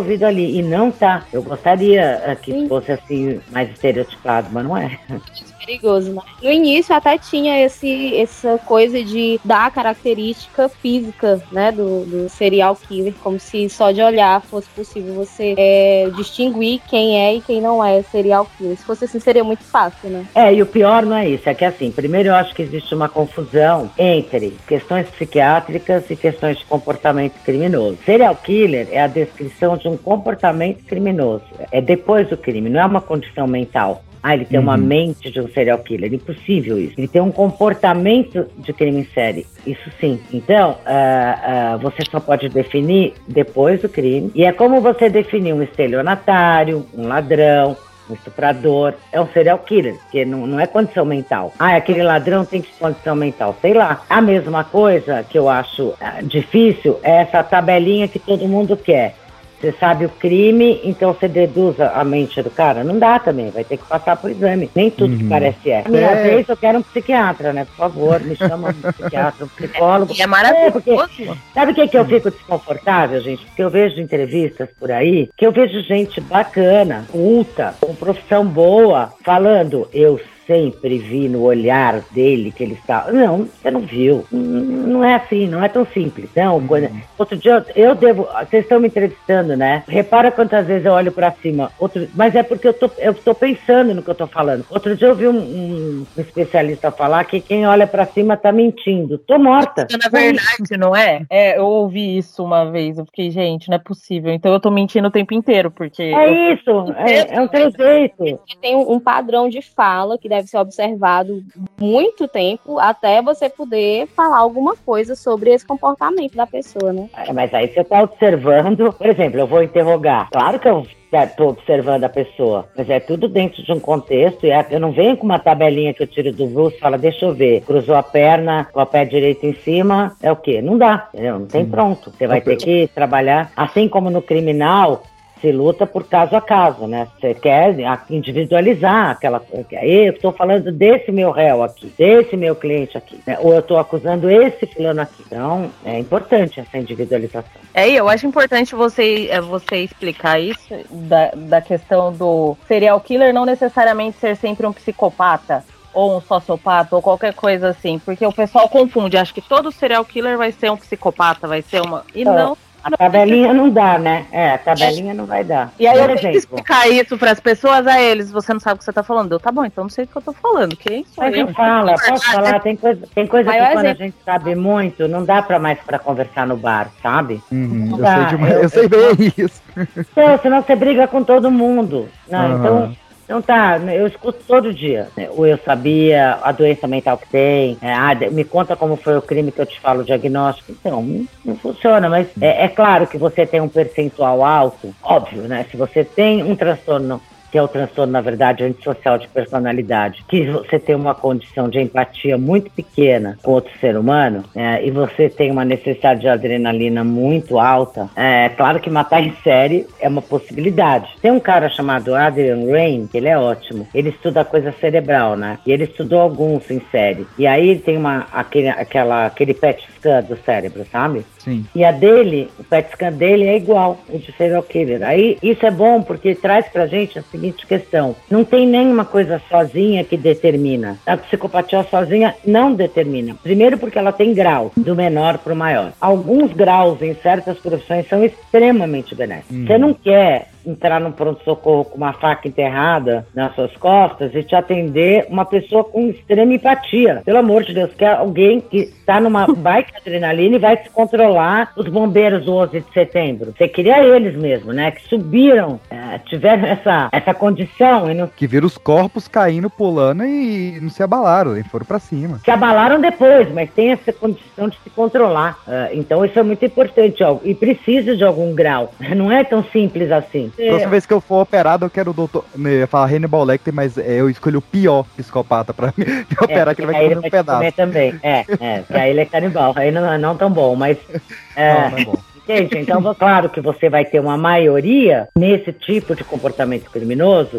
série e não tá. Eu gostaria uh, que Sim. fosse assim, mais estereotipado, mas não é. Perigoso, né? No início até tinha esse, essa coisa de dar a característica física, né, do, do serial killer, como se só de olhar fosse possível você é, distinguir quem é e quem não é serial killer. Se fosse assim, seria muito fácil, né? É, e o pior não é isso, é que assim, primeiro eu acho que existe uma confusão entre questões psiquiátricas e questões de comportamento criminoso. Serial killer é a descrição de um comportamento criminoso, é depois do crime, não é uma condição mental. Ah, ele tem uhum. uma mente de um serial killer. Impossível isso. Ele tem um comportamento de crime em série. Isso sim. Então, uh, uh, você só pode definir depois do crime. E é como você definir um estelionatário, um ladrão, um estuprador. É um serial killer, porque não, não é condição mental. Ah, aquele ladrão tem que ter condição mental. Sei lá. A mesma coisa que eu acho uh, difícil é essa tabelinha que todo mundo quer. Você sabe o crime, então você deduz a mente do cara? Não dá também, vai ter que passar por exame. Nem tudo uhum. que parece é. A minha é. vez eu quero um psiquiatra, né? Por favor, me chama um psiquiatra, um psicólogo. É maravilhoso. É, porque, sabe o que, que eu fico desconfortável, gente? Porque eu vejo entrevistas por aí, que eu vejo gente bacana, culta, com profissão boa, falando, eu sempre vi no olhar dele que ele está... Não, você não viu. Não é assim, não é tão simples. Não, uhum. quando... Outro dia eu, eu devo... Vocês estão me entrevistando, né? Repara quantas vezes eu olho pra cima. Outro... Mas é porque eu tô, eu tô pensando no que eu tô falando. Outro dia eu vi um, um, um especialista falar que quem olha pra cima tá mentindo. Tô morta. Na verdade, não é? É, eu ouvi isso uma vez. Eu fiquei, gente, não é possível. Então eu tô mentindo o tempo inteiro, porque... É eu... isso. É, é um trejeito. Tem um, um padrão de fala que deve ser observado muito tempo até você poder falar alguma coisa sobre esse comportamento da pessoa, né? É, mas aí você tá observando, por exemplo, eu vou interrogar. Claro que eu estou observando a pessoa, mas é tudo dentro de um contexto, e é, eu não venho com uma tabelinha que eu tiro do bolso e falo, deixa eu ver, cruzou a perna, com o pé direito em cima, é o quê? Não dá, entendeu? Não tem pronto. Você vai ter que trabalhar, assim como no criminal, se luta por caso a caso, né? Você quer individualizar aquela coisa. Eu estou falando desse meu réu aqui, desse meu cliente aqui, né? Ou eu estou acusando esse fulano aqui. Então, é importante essa individualização. É, e eu acho importante você, você explicar isso, da, da questão do serial killer não necessariamente ser sempre um psicopata, ou um sociopata, ou qualquer coisa assim, porque o pessoal confunde, acha que todo serial killer vai ser um psicopata, vai ser uma... E não... não A tabelinha não dá, né? É, a tabelinha não vai dar. E aí eu tenho que explicar isso para as pessoas, a eles, você não sabe o que você tá falando. Eu, tá bom, então não sei o que eu tô falando. Quem sou Mas eu? eu fala, posso falar? Tem coisa, tem coisa que quando a gente sabe muito, não dá pra mais pra conversar no bar, sabe? Uhum, eu, sei de uma, eu, eu sei bem isso. Então, senão você briga com todo mundo. Não, uhum. Então... Então tá, eu escuto todo dia. Ou eu sabia a doença mental que tem, é, ah, me conta como foi o crime que eu te falo, o diagnóstico. Então, não, não funciona, mas é, é claro que você tem um percentual alto, óbvio, né? Se você tem um transtorno, que é o transtorno, na verdade, antissocial de personalidade, que você tem uma condição de empatia muito pequena com outro ser humano, é, e você tem uma necessidade de adrenalina muito alta, é claro que matar em série é uma possibilidade. Tem um cara chamado Adrian Rain, que ele é ótimo, ele estuda coisa cerebral, né? E ele estudou alguns em série. E aí ele tem uma, aquele, aquela, aquele P E T scan do cérebro, sabe? Sim. E a dele, o P E T scan dele é igual o de serial killer. Aí isso é bom porque traz pra gente a seguinte questão: não tem nenhuma coisa sozinha que determina. A psicopatia sozinha não determina. Primeiro porque ela tem grau, do menor para o maior. Alguns graus em certas profissões são extremamente benéficos. Hum. Você não quer entrar no pronto-socorro com uma faca enterrada nas suas costas e te atender uma pessoa com extrema empatia. Pelo amor de Deus, quer alguém que está numa baixa adrenalina e vai se controlar os bombeiros do onze de setembro. Você queria eles mesmo, né? Que subiram, é, tiveram essa, essa condição. E não... Que viram os corpos caindo, pulando e não se abalaram, e foram pra cima. Se abalaram depois, mas tem essa condição de se controlar. Uh, então isso é muito importante, ó, e precisa de algum grau. Não é tão simples assim. Próxima vez que eu for operado, eu quero o doutor... Eu ia falar Hannibal Lecter, mas é, eu escolhi o pior psicopata pra me, me operar, é, que ele vai comer um pedaço. Comer também. É, é, que aí ele é canibal. Aí não é não tão bom, mas... É, não, não é bom. Gente, então, claro que você vai ter uma maioria nesse tipo de comportamento criminoso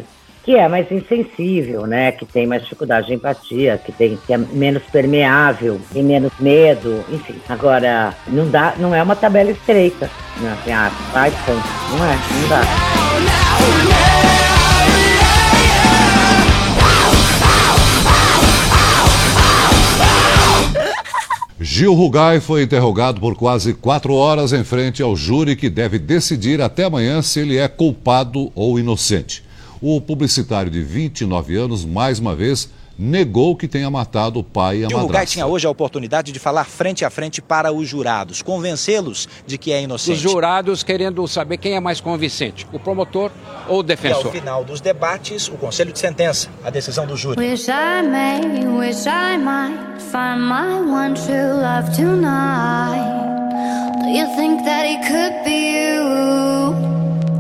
que é mais insensível, né? Que tem mais dificuldade de empatia, que, tem, que é menos permeável, tem menos medo, enfim. Agora, não dá, não é uma tabela estreita, né? Assim, ah, vai, tanto. Não é, não dá. Gil Rugai foi interrogado por quase quatro horas em frente ao júri que deve decidir até amanhã se ele é culpado ou inocente. O publicitário de vinte e nove anos, mais uma vez, negou que tenha matado o pai e a Gil Rugai madrasta. tinha hoje a oportunidade de falar frente a frente para os jurados, convencê-los de que é inocente. Os jurados querendo saber quem é mais convincente, o promotor ou o defensor. E ao final dos debates, o conselho de sentença, a decisão do júri. Wish I may, wish I might find my one true love tonight. Do you think that it could be you?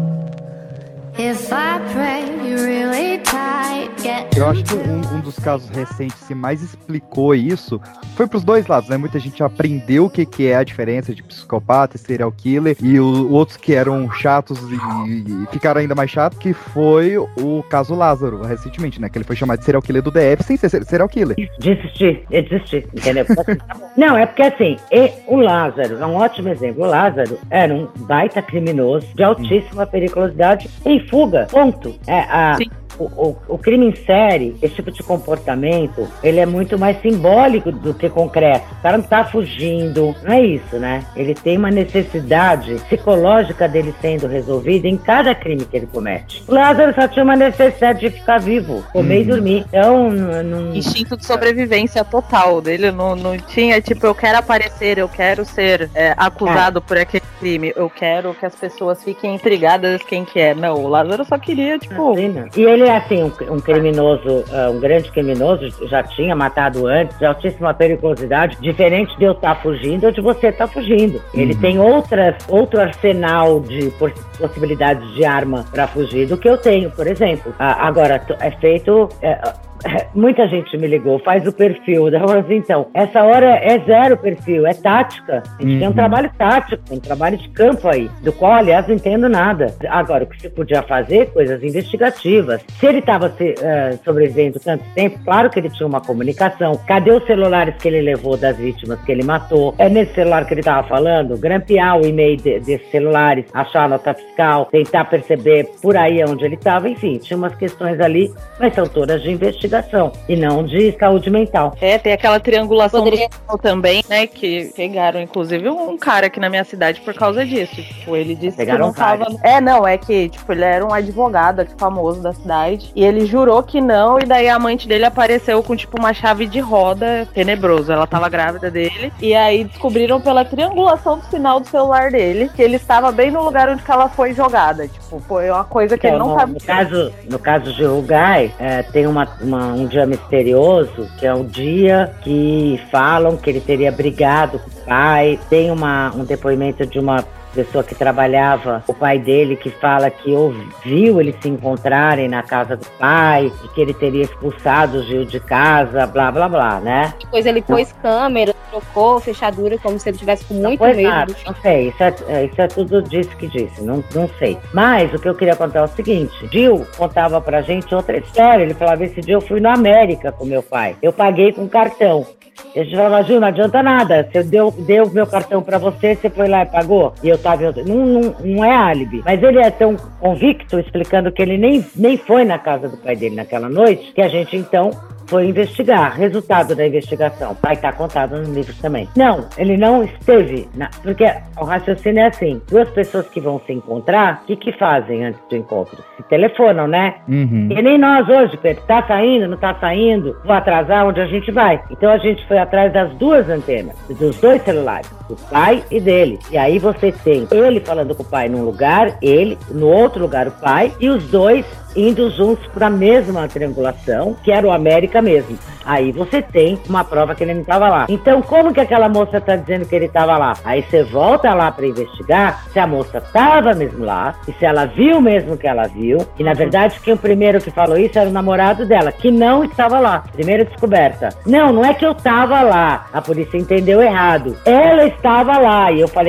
If I pray really tight, get... Eu acho que um, um dos casos recentes que mais explicou isso foi pros dois lados, né? Muita gente aprendeu o que, que é a diferença de psicopata e serial killer, e o, outros que eram chatos e, e ficaram ainda mais chatos, que foi o caso Lázaro, recentemente, né? Que ele foi chamado de serial killer do D F sem ser serial killer. Desistir, eu desisti, entendeu? Não, é porque assim, o Lázaro é um ótimo exemplo. O Lázaro era um baita criminoso de altíssima periculosidade em fuga, ponto. É, a, o, o, o crime em série, esse tipo de comportamento, ele é muito mais simbólico do que concreto. O cara não tá fugindo, não é isso, né? Ele tem uma necessidade psicológica dele sendo resolvida em cada crime que ele comete. O Lázaro só tinha uma necessidade de ficar vivo, comer uhum. e dormir. Então, não... Instinto de sobrevivência total dele, não, não tinha, tipo, eu quero aparecer, eu quero ser é, acusado é. por aquele crime, eu quero que as pessoas fiquem intrigadas quem que é. Não, o Lázaro só queria, tipo... Assim, e ele é, assim, um, um criminoso, uh, um grande criminoso, já tinha matado antes, de altíssima periculosidade, diferente de eu estar tá fugindo ou de você estar tá fugindo. Uhum. Ele tem outras, outro arsenal de possibilidades de arma para fugir do que eu tenho, por exemplo. Uh, agora, é feito... Uh, muita gente me ligou, faz o perfil. Eu falei assim, então, essa hora é zero perfil, é tática. A gente uhum. tem um trabalho tático, um trabalho de campo aí, do qual, aliás, não entendo nada. Agora, o que você podia fazer? Coisas investigativas. Se ele estava uh, sobrevivendo tanto tempo, claro que ele tinha uma comunicação. Cadê os celulares que ele levou das vítimas que ele matou? É nesse celular que ele estava falando? Grampear o e-mail de, desses celulares, achar a nota fiscal, tentar perceber por aí onde ele estava. Enfim, tinha umas questões ali, mas são todas de investigação e não de saúde mental. É, tem aquela triangulação Poderia... também, né, que pegaram, inclusive, um cara aqui na minha cidade por causa disso. Tipo, ele disse pegaram que não tava... Vários. É, não, é que, tipo, ele era um advogado aqui famoso da cidade e ele jurou que não, e daí a amante dele apareceu com, tipo, uma chave de roda tenebroso. Ela tava grávida dele e aí descobriram pela triangulação do sinal do celular dele que ele estava bem no lugar onde que ela foi jogada. Tipo, foi uma coisa que então, ele não sabe. No caso, no caso de Rugai, é, tem uma, uma um dia misterioso, que é o dia que falam que ele teria brigado com o pai. Tem uma, um depoimento de uma pessoa que trabalhava, o pai dele, que fala que ouviu eles se encontrarem na casa do pai, e que ele teria expulsado o Gil de casa, blá, blá, blá, né? Depois ele pôs então, câmera, trocou fechadura, como se ele tivesse com muito não medo. Nada, do... Não sei, isso é, isso é tudo disso que disse, não, não sei. Mas o que eu queria contar é o seguinte, Gil contava pra gente outra história, ele falava, esse dia eu fui na América com meu pai, eu paguei com cartão. E a gente falava, Gil, não adianta nada, você deu, deu meu cartão pra você, você foi lá e pagou, e eu tava, não, não, não é álibi, mas ele é tão convicto, explicando que ele nem, nem foi na casa do pai dele naquela noite, que a gente então foi investigar. Resultado da investigação vai estar contado no livro também. Não, ele não esteve, na, porque o raciocínio é assim, duas pessoas que vão se encontrar, o que que fazem antes do encontro? Se telefonam, né? Uhum. E nem nós hoje, Pedro, tá saindo, não tá saindo, vou atrasar, onde a gente vai? Então a gente foi atrás das duas antenas, dos dois celulares, do pai e dele. E aí você tem ele falando com o pai num lugar, ele, no outro lugar o pai, e os dois indo juntos para a mesma triangulação, que era o América mesmo. Aí você tem uma prova que ele não estava lá. Então, como que aquela moça está dizendo que ele estava lá? Aí você volta lá para investigar se a moça estava mesmo lá, e se ela viu mesmo que ela viu. E, na verdade, quem o primeiro que falou isso era o namorado dela, que não estava lá. Primeira descoberta. Não, não é que eu estava lá. A polícia entendeu errado. Ela estava lá. E eu falei...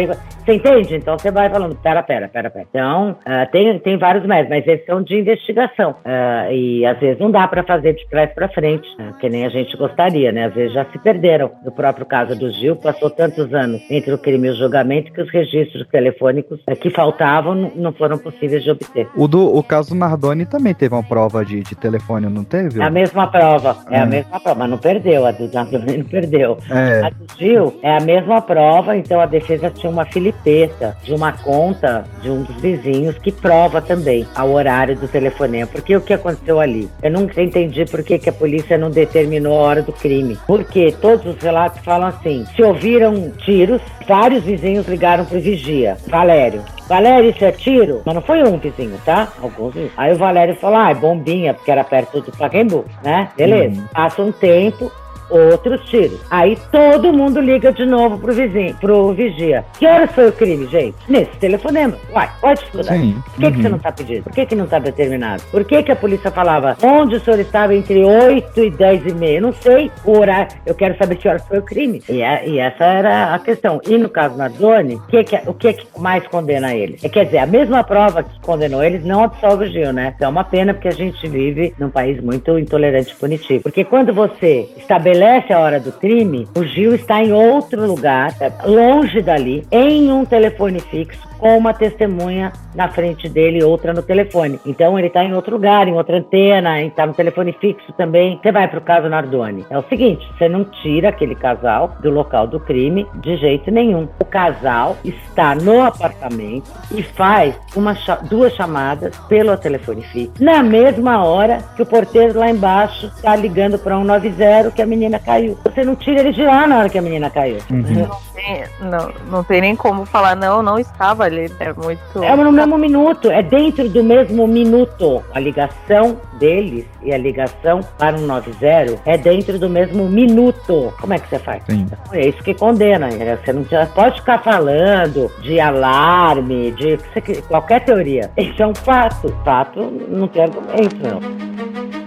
Você entende? Então você vai falando, pera, pera, pera, pera. Então, uh, tem, tem vários métodos, mas eles são de investigação. Uh, e às vezes não dá pra fazer de trás pra frente, uh, que nem a gente gostaria, né? Às vezes já se perderam. No próprio caso do Gil, passou tantos anos entre o crime e o julgamento que os registros telefônicos uh, que faltavam não, não foram possíveis de obter. O, do, o caso Nardoni também teve uma prova de, de telefone, não teve? É a mesma prova, é, é a mesma prova, mas não perdeu, a do Nardoni não perdeu. É. A do Gil é a mesma prova, então a defesa tinha uma filipeta de uma conta de um dos vizinhos que prova também ao horário do telefonema. Porque o que aconteceu ali? Eu nunca entendi por que, que a polícia não determinou a hora do crime. Porque todos os relatos falam assim, se ouviram tiros, vários vizinhos ligaram pro vigia, Valério. Valério, isso é tiro? Mas não foi um vizinho, tá? Alguns vizinhos. Aí o Valério falou, ah, é bombinha, porque era perto do Pacaembu, né? Beleza. Uhum. Passa um tempo, outros tiros. Aí todo mundo liga de novo pro vizinho, pro vigia. Que horas foi o crime, gente? Nesse telefonema. Uai, pode estudar. Sim. Por que, uhum. que você não tá pedindo? Por que que não tá determinado? Por que que a polícia falava onde o senhor estava entre oito e dez e meia? Eu não sei o horário. Eu quero saber que horas foi o crime. E, a, e essa era a questão. E no caso Nardoni, que que, o que que mais condena ele? É, quer dizer, a mesma prova que condenou eles não absolve o Gil, né? Então é uma pena porque a gente vive num país muito intolerante e punitivo. Porque quando você estabelece estabelece a hora do crime, o Gil está em outro lugar, longe dali, em um telefone fixo, com uma testemunha na frente dele e outra no telefone. Então ele está em outro lugar, em outra antena, está no telefone fixo também. Você vai para o caso Nardoni. É o seguinte, você não tira aquele casal do local do crime de jeito nenhum. O casal está no apartamento e faz uma, duas chamadas pelo telefone fixo, na mesma hora que o porteiro lá embaixo está ligando para um nove zero que a menina caiu. Você não tira ele de lá na hora que a menina caiu. Uhum. Não, tem, não, não tem nem como falar, não, não estava ali. É muito... É no mesmo minuto, é dentro do mesmo minuto. A ligação deles e a ligação para um nove zero é dentro do mesmo minuto. Como é que você faz? Sim. É isso que condena. Você não pode ficar falando de alarme, de qualquer teoria. Isso é um fato. Fato não tem argumento, não.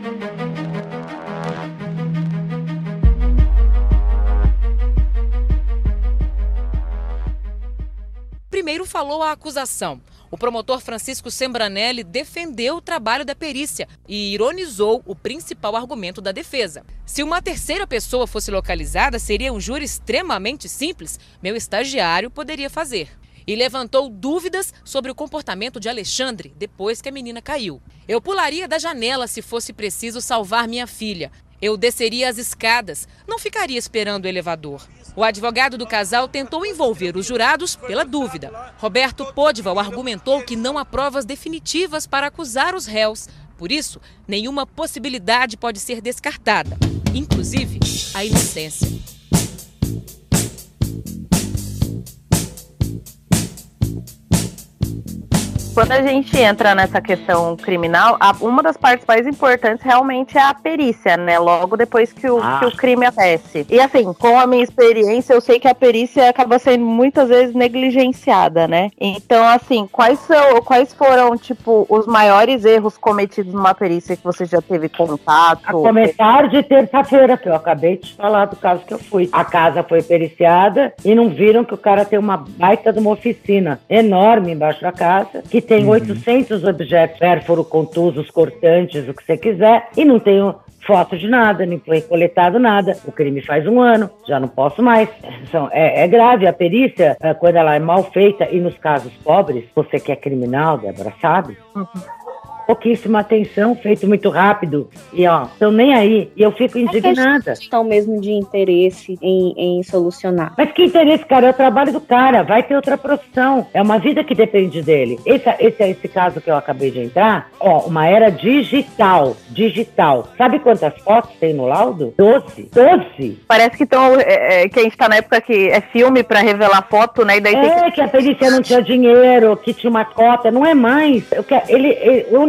Primeiro falou a acusação. O promotor Francisco Sembranelli defendeu o trabalho da perícia e ironizou o principal argumento da defesa. Se uma terceira pessoa fosse localizada, seria um júri extremamente simples, meu estagiário poderia fazer. E levantou dúvidas sobre o comportamento de Alexandre depois que a menina caiu. Eu pularia da janela se fosse preciso salvar minha filha. Eu desceria as escadas, não ficaria esperando o elevador. O advogado do casal tentou envolver os jurados pela dúvida. Roberto Podival argumentou que não há provas definitivas para acusar os réus. Por isso, nenhuma possibilidade pode ser descartada, inclusive a inocência. Quando a gente entra nessa questão criminal, a, uma das partes mais importantes realmente é a perícia, né? Logo depois que o, ah. que o crime acontece. E assim, com a minha experiência, eu sei que a perícia acaba sendo muitas vezes negligenciada, né? Então, assim, quais, são, quais foram, tipo, os maiores erros cometidos numa perícia que você já teve contato? A começar de terça-feira, que eu acabei de falar do caso que eu fui. A casa foi periciada e não viram que o cara tem uma baita de uma oficina enorme embaixo da casa, que tem uhum. oitocentos objetos, pérfuro, contusos, cortantes, o que você quiser, e não tenho foto de nada, nem foi coletado nada. O crime faz um ano, já não posso mais. É, é grave. A perícia, quando ela é mal feita, e nos casos pobres, você que é criminal, Débora, sabe? Uhum. Pouquíssima atenção, feito muito rápido, e ó, estão nem aí, e eu fico indignada. É questão mesmo de interesse em, em solucionar. Mas que interesse, cara? É o trabalho do cara, vai ter outra profissão, é uma vida que depende dele. Esse, esse é esse caso que eu acabei de entrar, ó, uma era digital, digital. Sabe quantas fotos tem no laudo? Doze. Doze. Parece que, tão, é, é, que a gente tá na época que é filme pra revelar foto, né? E daí é, tem que... que a perícia não tinha dinheiro, que tinha uma cota, não é mais. Eu quero, ele, ele, o único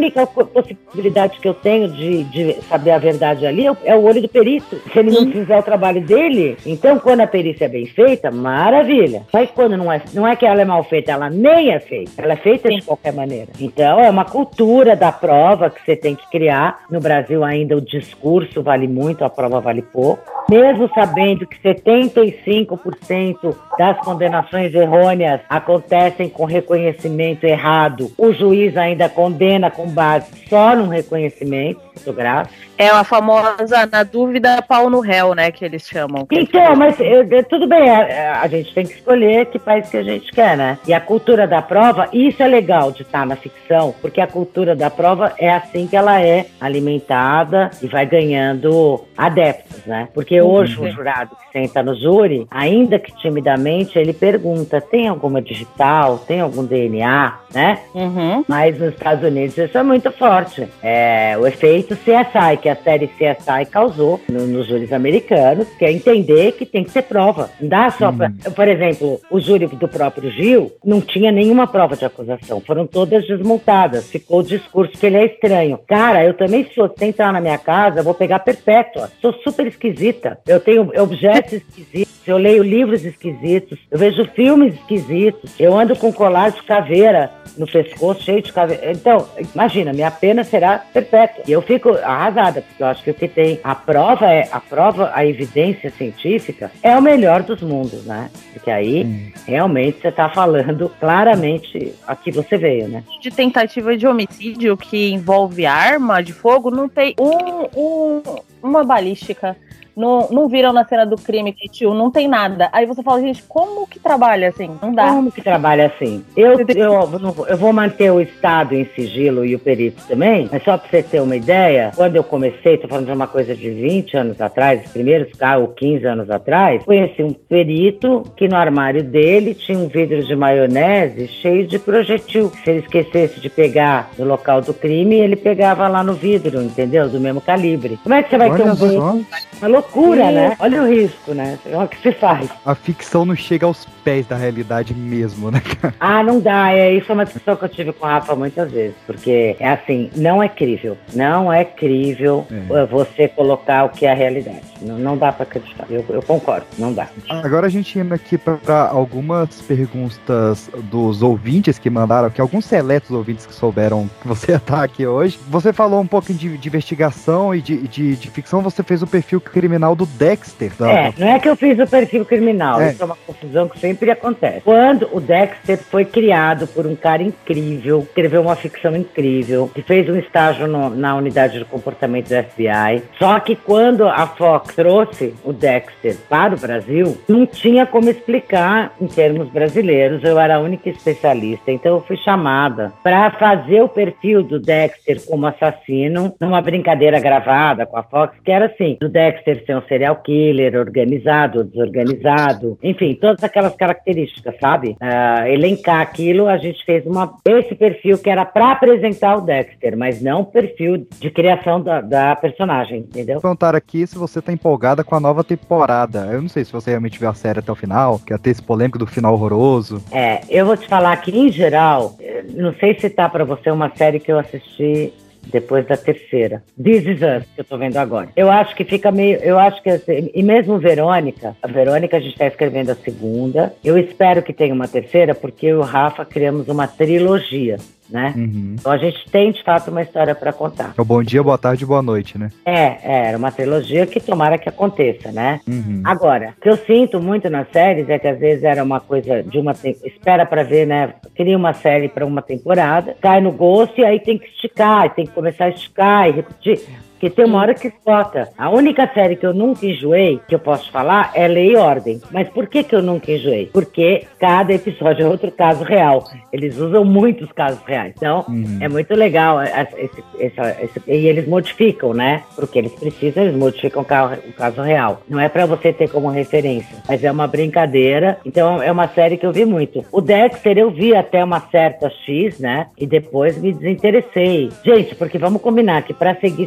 única possibilidade que eu tenho de, de saber a verdade ali é o olho do perito. Se ele não fizer o trabalho dele, então quando a perícia é bem feita, maravilha. Mas quando não é, não é que ela é mal feita, ela nem é feita. Ela é feita Sim. de qualquer maneira. Então é uma cultura da prova que você tem que criar. No Brasil ainda o discurso vale muito, a prova vale pouco. Mesmo sabendo que setenta e cinco por cento das condenações errôneas acontecem com reconhecimento errado, o juiz ainda condena com base só no reconhecimento fotográfico. É a famosa, na dúvida, pau no réu, né, que eles chamam. Então, mas eu, tudo bem, a, a gente tem que escolher que país que a gente quer, né? E a cultura da prova, isso é legal de estar na ficção, porque a cultura da prova é assim que ela é alimentada e vai ganhando adeptos, né? Porque hoje uhum. o jurado que senta no júri, ainda que timidamente, ele pergunta, tem alguma digital, tem algum D N A, né? Uhum. Mas nos Estados Unidos isso é muito forte. É, o efeito C S I, que a série C S I causou no, nos júris americanos, que é entender que tem que ter prova. Não dá só pra... Por exemplo, o júri do próprio Gil não tinha nenhuma prova de acusação. Foram todas desmontadas. Ficou o discurso que ele é estranho. Cara, eu também, se você entrar na minha casa, eu vou pegar perpétua. Sou super esquisita. Eu tenho objetos esquisitos. Eu leio livros esquisitos. Eu vejo filmes esquisitos. Eu ando com colar de caveira no pescoço, cheio de caveira. Então, imagina, minha pena será perpétua. E eu fico arrasada, porque eu acho que o que tem a prova, é a prova, a evidência científica é o melhor dos mundos, né? Porque aí, hum. realmente, você está falando claramente a que você veio, né? De tentativa de homicídio que envolve arma de fogo, não tem um, um, uma balística. Não, não viram na cena do crime que tio, não tem nada. Aí você fala, gente, como que trabalha assim? Não dá. Como que trabalha assim? Eu, eu, eu vou manter o Estado em sigilo e o perito também, mas só pra você ter uma ideia, quando eu comecei, tô falando de uma coisa de vinte anos atrás, os primeiros carros, ou quinze anos atrás, conheci um perito que no armário dele tinha um vidro de maionese cheio de projetil. Se ele esquecesse de pegar no local do crime, ele pegava lá no vidro, entendeu? Do mesmo calibre. Como é que você vai Olha ter um bom... Uma loucura, Sim. né? Olha o risco, né? É o que se faz. A ficção não chega aos pés da realidade mesmo, né, cara? Ah, não dá. É, isso é uma discussão que eu tive com o Rafa muitas vezes. Porque, é assim, não é crível. Não é crível é. você colocar o que é a realidade. Não, não dá pra acreditar. Eu, eu concordo, não dá. Agora a gente indo aqui pra algumas perguntas dos ouvintes que mandaram, que alguns seletos ouvintes que souberam que você tá aqui hoje. Você falou um pouco de, de investigação e de, de, de ficção, você fez o perfil criminal do Dexter. Tá? É, não é que eu fiz o perfil criminal, é. Isso é uma confusão que sempre acontece. Quando o Dexter foi criado por um cara incrível, escreveu uma ficção incrível, que fez um estágio no, na unidade de comportamento do F B I, só que quando a Fox trouxe o Dexter para o Brasil, não tinha como explicar em termos brasileiros, eu era a única especialista, então eu fui chamada para fazer o perfil do Dexter como assassino, numa brincadeira gravada com a Fox, que era assim, do Dexter ser um serial killer, organizado, desorganizado, enfim, todas aquelas características, sabe? Uh, elencar aquilo, a gente fez uma, esse perfil que era para apresentar o Dexter, mas não o perfil de criação da, da personagem, entendeu? Perguntaram aqui se você tá empolgada com a nova temporada. Eu não sei se você realmente viu a série até o final, que ia ter esse polêmico do final horroroso. É, eu vou te falar que, em geral, não sei se tá pra você uma série que eu assisti depois da terceira. This Is Us, que eu tô vendo agora. Eu acho que fica meio... Eu acho que... Assim, e mesmo Verônica, a Verônica a gente tá escrevendo a segunda. Eu espero que tenha uma terceira, porque eu e o Rafa criamos uma trilogia, né? Uhum. Então a gente tem, de fato, uma história para contar. É o bom dia, boa tarde e boa noite, né? É, é, era uma trilogia que tomara que aconteça, né? Uhum. Agora, o que eu sinto muito nas séries é que às vezes era uma coisa de uma... Te... Espera para ver, né? Cria uma série para uma temporada, cai no gosto e aí tem que esticar, tem que começar a esticar e repetir. Porque tem uma hora que esgota. A única série que eu nunca enjoei, que eu posso falar, é Lei e Ordem. Mas por que que eu nunca enjoei? Porque cada episódio é outro caso real. Eles usam muitos casos reais. Então, uhum. é muito legal. Esse, esse, esse, e eles modificam, né? Porque eles precisam, eles modificam o caso, o caso real. Não é pra você ter como referência, mas é uma brincadeira. Então, é uma série que eu vi muito. O Dexter eu vi até uma certa X, né? E depois me desinteressei. Gente, porque vamos combinar que pra seguir séries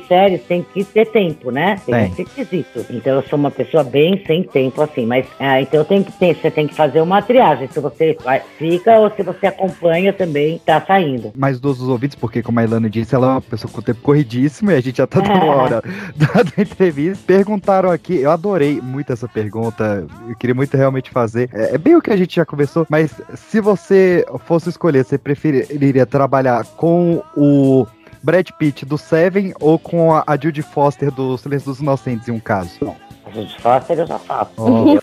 tem que ter tempo, né? Tem Tem. esse requisito. Então eu sou uma pessoa bem sem tempo, assim, mas ah, então eu tenho que ter, você tem que fazer uma triagem, se você vai, fica ou se você acompanha também, tá saindo. Mais dos ouvintes, porque como a Ilana disse, ela é uma pessoa com tempo corridíssimo e a gente já tá dando a hora da, da entrevista. Perguntaram aqui, eu adorei muito essa pergunta, eu queria muito realmente fazer. É, é bem o que a gente já conversou, mas se você fosse escolher, você preferiria trabalhar com o Brad Pitt do Seven ou com a, a Judy Foster do Silêncio dos Inocentes, em um caso? Não, a Judy Foster eu já faço. Oh.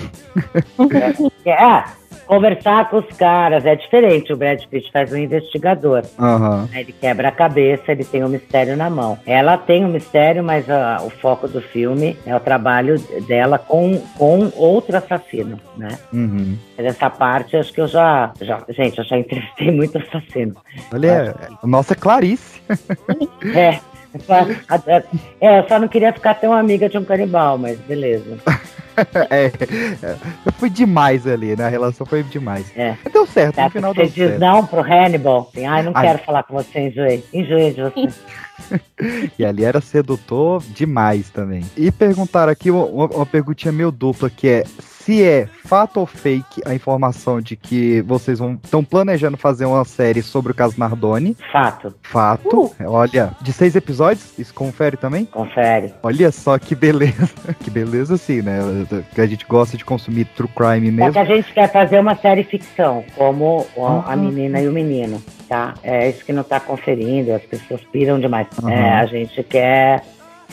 é, é, conversar com os caras é diferente. O Brad Pitt faz um investigador. Uhum. Ele quebra a cabeça, ele tem um mistério na mão. Ela tem um mistério, mas uh, o foco do filme é o trabalho dela com, com outro assassino, né? Uhum. Mas essa parte, acho que eu já, já... Gente, eu já entrevistei muito assassino. Olha, nossa, Clarice. É. É, eu só não queria ficar tão amiga de um canibal, mas beleza. é, é, foi demais ali, né? A relação foi demais. É. Deu certo, tá, no final você deu diz certo. não pro Hannibal, assim, ai, não ai. quero falar com você, enjoei. Enjoei de você. E ali era sedutor demais também. E perguntaram aqui uma, uma perguntinha meio dupla, que é: se é fato ou fake a informação de que vocês estão planejando fazer uma série sobre o caso Nardoni? Fato. Fato. Uh. Olha, de seis episódios? Isso confere também? Confere. Olha só que beleza. Que beleza, sim, né? Que a gente gosta de consumir true crime mesmo. É que a gente quer fazer uma série ficção, como ah. a menina e o menino, tá? É isso que não tá conferindo, as pessoas piram demais. Uhum. É, a gente quer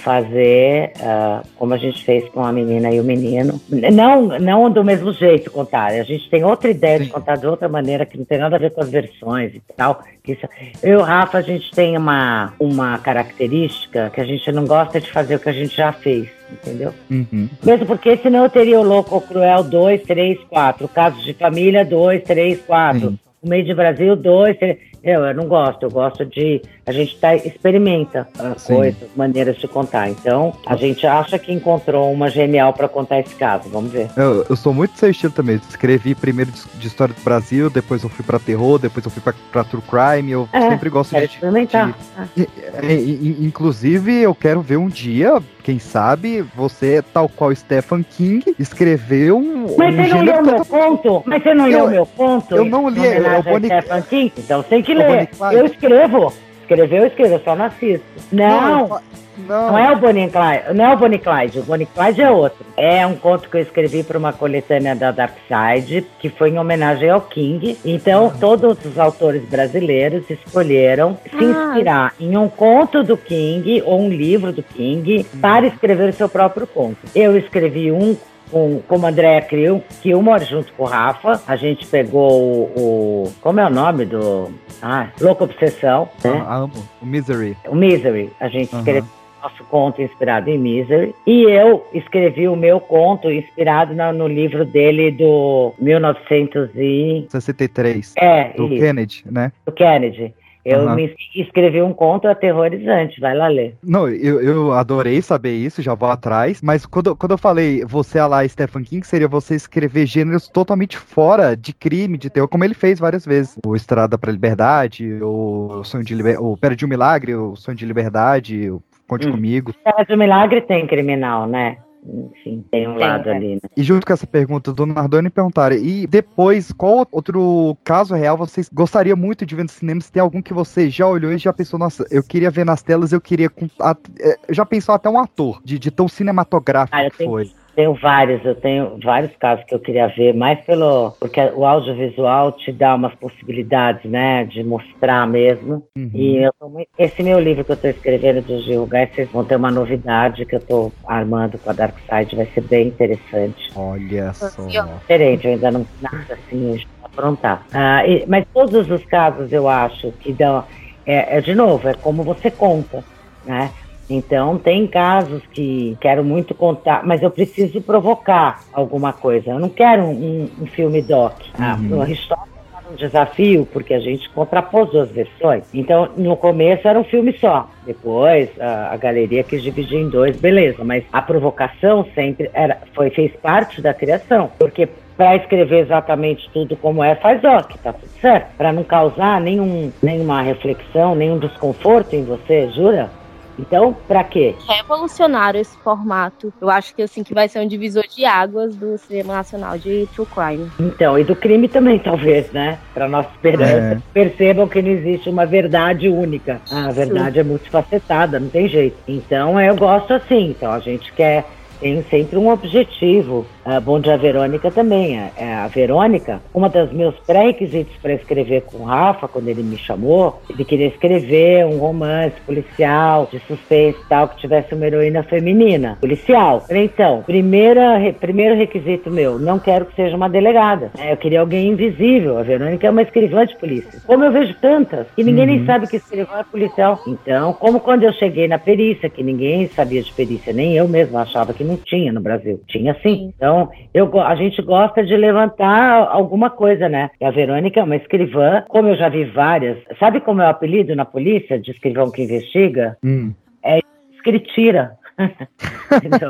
fazer uh, como a gente fez com a menina e o menino. Não, não do mesmo jeito contar. A gente tem outra ideia Sim. de contar de outra maneira, que não tem nada a ver com as versões e tal. Que isso... Eu e o Rafa, a gente tem uma, uma característica que a gente não gosta de fazer o que a gente já fez. Entendeu? Uhum. Mesmo porque senão eu teria o Louco ou Cruel dois, três, quatro. Casos de Família dois, três, quatro. Sim. O Made Brasil dois, três. Eu, eu não gosto, eu gosto de... A gente tá, experimenta uh, coisas, maneiras de contar. Então, a gente acha que encontrou uma genial pra contar esse caso. Vamos ver. Eu, eu sou muito seu estilo também. Escrevi primeiro de, de história do Brasil, depois eu fui pra terror, depois eu fui pra, pra true crime. Eu é, sempre gosto de... experimentar. De, de, de, inclusive, eu quero ver um dia, quem sabe, você, tal qual Stephen King, escreveu um... Mas um você não leu o meu conto? Mas você não leu o meu conto? Eu não li. É o Bonnie... Stephen King? Então você tem que ler. Eu escrevo. Escreveu, eu escrevo, eu só não assisto. Não, não, não. não é o Bonnie Clyde, não é o Bonnie Clyde, o Bonnie Clyde é outro. É um conto que eu escrevi para uma coletânea da Dark Side, que foi em homenagem ao King. Então, ah. todos os autores brasileiros escolheram ah. se inspirar em um conto do King ou um livro do King para escrever o seu próprio conto. Eu escrevi um com, com a Andrea Kilmore, junto com o Rafa. A gente pegou o, o... Como é o nome do... Ah, Louca Obsessão. Né? Ah, amo. O Misery. O Misery. A gente uhum. escreveu nosso conto inspirado em Misery. E eu escrevi o meu conto inspirado no, no livro dele do mil novecentos e sessenta e três. É, do isso. Kennedy, né? Do Kennedy. Eu uhum. me escrevi um conto aterrorizante, vai lá ler. Não, eu, eu adorei saber isso, já vou atrás, mas quando, quando eu falei você a lá Stephen King, seria você escrever gêneros totalmente fora de crime, de terror, como ele fez várias vezes. O Estrada pra Liberdade, o Sonho de Liber... o Pera de um Milagre, o Sonho de Liberdade, o Conte hum. Comigo. Pera de um Milagre tem criminal, né? Enfim, tem um tem, lado é. ali, né? E junto com essa pergunta do Nardoni, perguntaram, e depois, qual outro caso real vocês gostariam muito de ver no cinema? Se tem algum que você já olhou e já pensou, nossa, eu queria ver nas telas, eu queria... Já pensou até um ator, de, de tão cinematográfico ah, que tenho, foi. Tenho vários, eu tenho vários casos que eu queria ver, mais pelo... Porque o audiovisual te dá umas possibilidades, né, de mostrar mesmo. Uhum. E eu tô muito, esse meu livro que eu tô escrevendo do Gil Gás, vocês vão ter uma novidade que eu tô armando com a Dark Side, vai ser bem interessante. Olha só. Diferente, eu ainda não fiz nada assim, aprontar. Ah, e, mas todos os casos eu acho que dão... É, é, de novo, é como você conta, né? Então, tem casos que quero muito contar, mas eu preciso provocar alguma coisa. Eu não quero um, um filme doc. Uhum. A história era um desafio, porque a gente contrapôs duas versões. Então, no começo era um filme só. Depois, a, a galeria quis dividir em dois, beleza. Mas a provocação sempre era, foi, fez parte da criação. Porque para escrever exatamente tudo como é, faz doc, tá tudo certo. Para não causar nenhum, nenhuma reflexão, nenhum desconforto em você, jura? Então, pra quê? Revolucionário esse formato. Eu acho que assim que vai ser um divisor de águas do cinema nacional de true crime. Então, e do crime também, talvez, né? Pra nossa esperança. É. Percebam que não existe uma verdade única. A verdade Sim. é multifacetada, não tem jeito. Então, eu gosto assim. Então, a gente quer... Tem sempre um objetivo. Uh, Bom Dia Verônica também. A, a Verônica, uma das meus pré-requisitos para escrever com o Rafa, quando ele me chamou, ele queria escrever um romance policial, de suspense e tal, que tivesse uma heroína feminina, policial. Então, primeira, re, primeiro requisito meu, não quero que seja uma delegada. É, eu queria alguém invisível. A Verônica é uma escrivã de polícia. Como eu vejo tantas, que ninguém uhum. nem sabe que escrivã é policial. Então, como quando eu cheguei na perícia, que ninguém sabia de perícia, nem eu mesma achava que não tinha no Brasil. Tinha sim. Então, eu, a gente gosta de levantar alguma coisa, né? E a Verônica é uma escrivã, como eu já vi várias. Sabe como é o apelido na polícia de escrivão que investiga? Hum. É escritira. Então,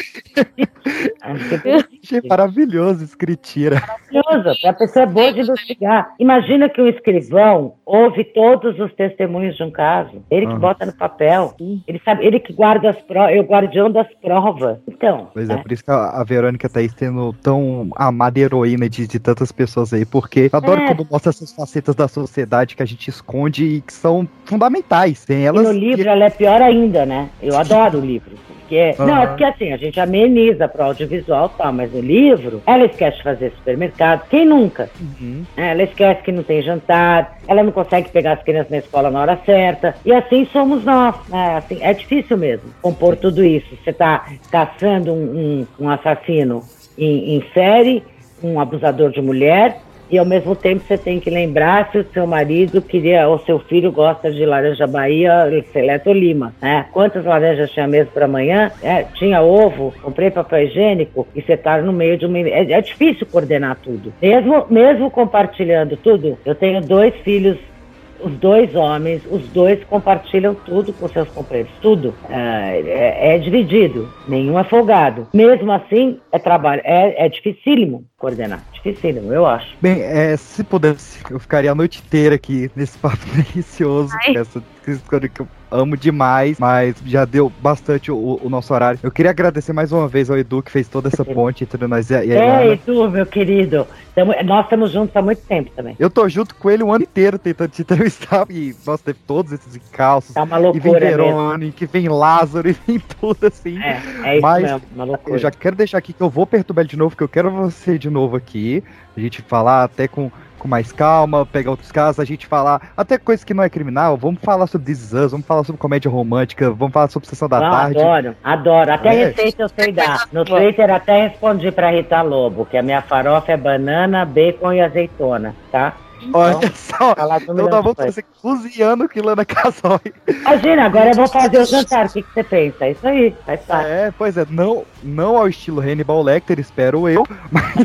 achei maravilhoso, escritira. Maravilhoso, a pessoa é boa de investigar. Imagina que um escrivão ouve todos os testemunhos de um caso. Ele que ah. bota no papel. Ele sabe, ele que guarda as provas, é o guardião das provas. Então. Pois é, é por isso que a, a Verônica tá aí sendo tão amada heroína de, de tantas pessoas aí, porque eu adoro é. quando mostra essas facetas da sociedade que a gente esconde e que são fundamentais. Tem elas. E no livro que... ela é pior ainda, né? Eu adoro o livro. Porque, uhum. Não, é porque assim, a gente ameniza pro audiovisual e tal, mas no livro, ela esquece de fazer supermercado. Quem nunca? Uhum. Ela esquece que não tem jantar, ela não consegue pegar as crianças na escola na hora certa. E assim somos nós. Né? Assim, é difícil mesmo compor tudo isso. Você tá caçando um, um, um assassino em, em série, um abusador de mulher, e ao mesmo tempo você tem que lembrar se o seu marido queria, ou seu filho gosta de laranja Bahia, Seleto Lima, né? Quantas laranjas tinha mesmo para amanhã? É, tinha ovo, comprei papel higiênico, e você tá no meio de uma... É, é difícil coordenar tudo. Mesmo, mesmo compartilhando tudo, eu tenho dois filhos, os dois homens, os dois compartilham tudo com seus companheiros, tudo. É, é, é dividido, nenhum é folgado. Mesmo assim, é trabalho, é, é dificílimo coordenar, dificílimo, eu acho. Bem, é, se pudesse, eu ficaria a noite inteira aqui nesse papo delicioso, essa história que eu amo demais, mas já deu bastante o, o nosso horário. Eu queria agradecer mais uma vez ao Edu, que fez toda essa ponte entre nós e a Ilana. É, Edu, meu querido, tamo, nós estamos juntos há muito tempo também. Eu tô junto com ele o ano inteiro tentando te entrevistar, e nossa, teve todos esses encalços. Tá uma loucura. E vem Verônica, que vem Lázaro, e vem tudo assim. É, é isso mas mesmo, uma loucura. Eu já quero deixar aqui que eu vou perturbar ele de novo, que eu quero você de novo aqui, a gente falar até com... com mais calma, pegar outros casos, a gente falar até coisa que não é criminal, vamos falar sobre This Is Us, vamos falar sobre comédia romântica, vamos falar sobre Sessão da não, Tarde. Adoro, adoro, até é. receita eu sei dar. No Twitter até respondi pra Rita Lobo, que a minha farofa é banana, bacon e azeitona, tá? Olha então, só, então nós vamos fazer cozinhando que Ilana Casoy. Imagina, agora eu vou fazer o jantar, o que, que você pensa? É isso aí, faz parte. É, pois é, não, não ao estilo Hannibal Lecter, espero eu, mas...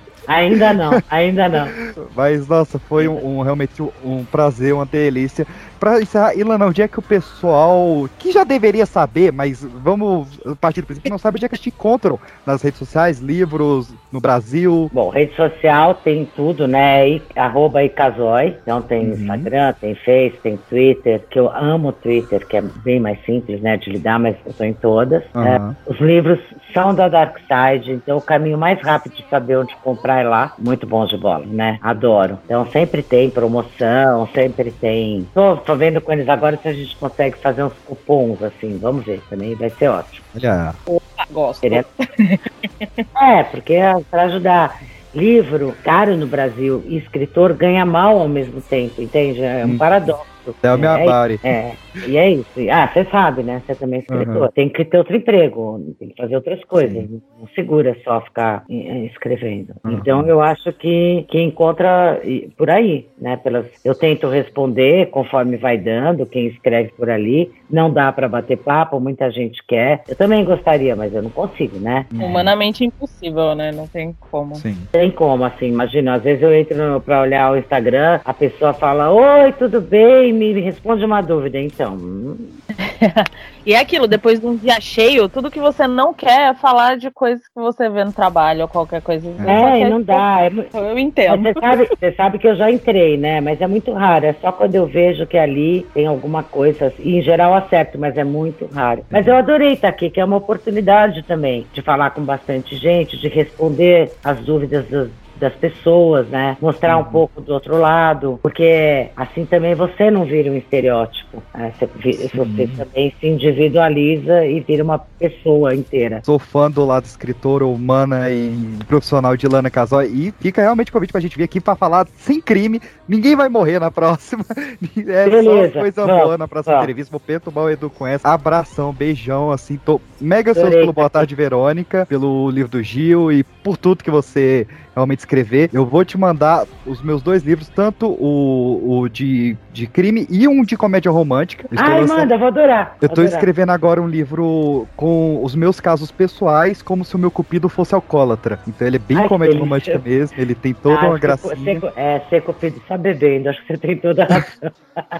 Ainda não, ainda não. Mas, nossa, foi um, um, realmente um prazer, uma delícia. Pra encerrar, Ilana, onde é que o pessoal, que já deveria saber, mas vamos partir do princípio, que não sabe onde é que te encontram nas redes sociais, livros, no Brasil? Bom, rede social tem tudo, né? I, arroba Icazói. Então tem uhum. Instagram, tem Face, tem Twitter, que eu amo o Twitter, que é bem mais simples, né, de lidar, mas eu tô em todas. Uhum. É, os livros são da Dark Side, então o caminho mais rápido de saber onde comprar é lá. Muito bom de bola, né? Adoro. Então sempre tem promoção, sempre tem... Tô, tô vendo com eles agora se a gente consegue fazer uns cupons, assim, vamos ver, também vai ser ótimo. Olha. Opa, gosto. Seria... É, porque é pra ajudar. Livro caro no Brasil e escritor ganha mal ao mesmo tempo, entende? É um hum. paradoxo. É o meu é, é, e é isso. Ah, você sabe, né? Você também é escritor. Uhum. Tem que ter outro emprego, tem que fazer outras coisas. Sim. Não segura só ficar escrevendo. Uhum. Então eu acho que, que encontra por aí, né? Pelas, eu tento responder conforme vai dando, quem escreve por ali. Não dá pra bater papo, muita gente quer. Eu também gostaria, mas eu não consigo, né? Humanamente impossível, né? Não tem como. Sim. Tem como, assim, imagina, às vezes eu entro no, pra olhar o Instagram, a pessoa fala, oi, tudo bem? Me responde uma dúvida, então. E é aquilo, depois de um dia cheio, tudo que você não quer é falar de coisas que você vê no trabalho ou qualquer coisa. É, não dá. É, eu entendo. Você sabe, você sabe que eu já entrei, né? Mas é muito raro. É só quando eu vejo que ali tem alguma coisa. E em geral acerto, mas é muito raro. Mas eu adorei estar aqui, que é uma oportunidade também de falar com bastante gente, de responder as dúvidas dos das pessoas, né? Mostrar um pouco do outro lado, porque assim também você não vira um estereótipo, né? Você, você também se individualiza e vira uma pessoa inteira. Sou fã do lado escritora, humana e profissional de Lana Casoy, e fica realmente o convite pra gente vir aqui pra falar sem crime, ninguém vai morrer na próxima, é Beleza. Só coisa Vamos, boa na próxima vamos. entrevista, vou perturbar o Edu com essa, abração, beijão, assim, tô mega ansioso Adorei. pelo Boa Tarde Verônica, pelo livro do Gil e por tudo que você realmente escrever. Eu vou te mandar os meus dois livros, tanto o, o de, de crime e um de comédia romântica. Eu estou Ai, lançando- manda, vou adorar. Eu tô adorar. escrevendo agora um livro com os meus casos pessoais, como se o meu cupido fosse alcoólatra. Então ele é bem Ai, que comédia delícia. romântica mesmo, ele tem toda Ah, uma ser- gracinha. ser- é, ser cupido só bebendo, acho que você tem toda a razão.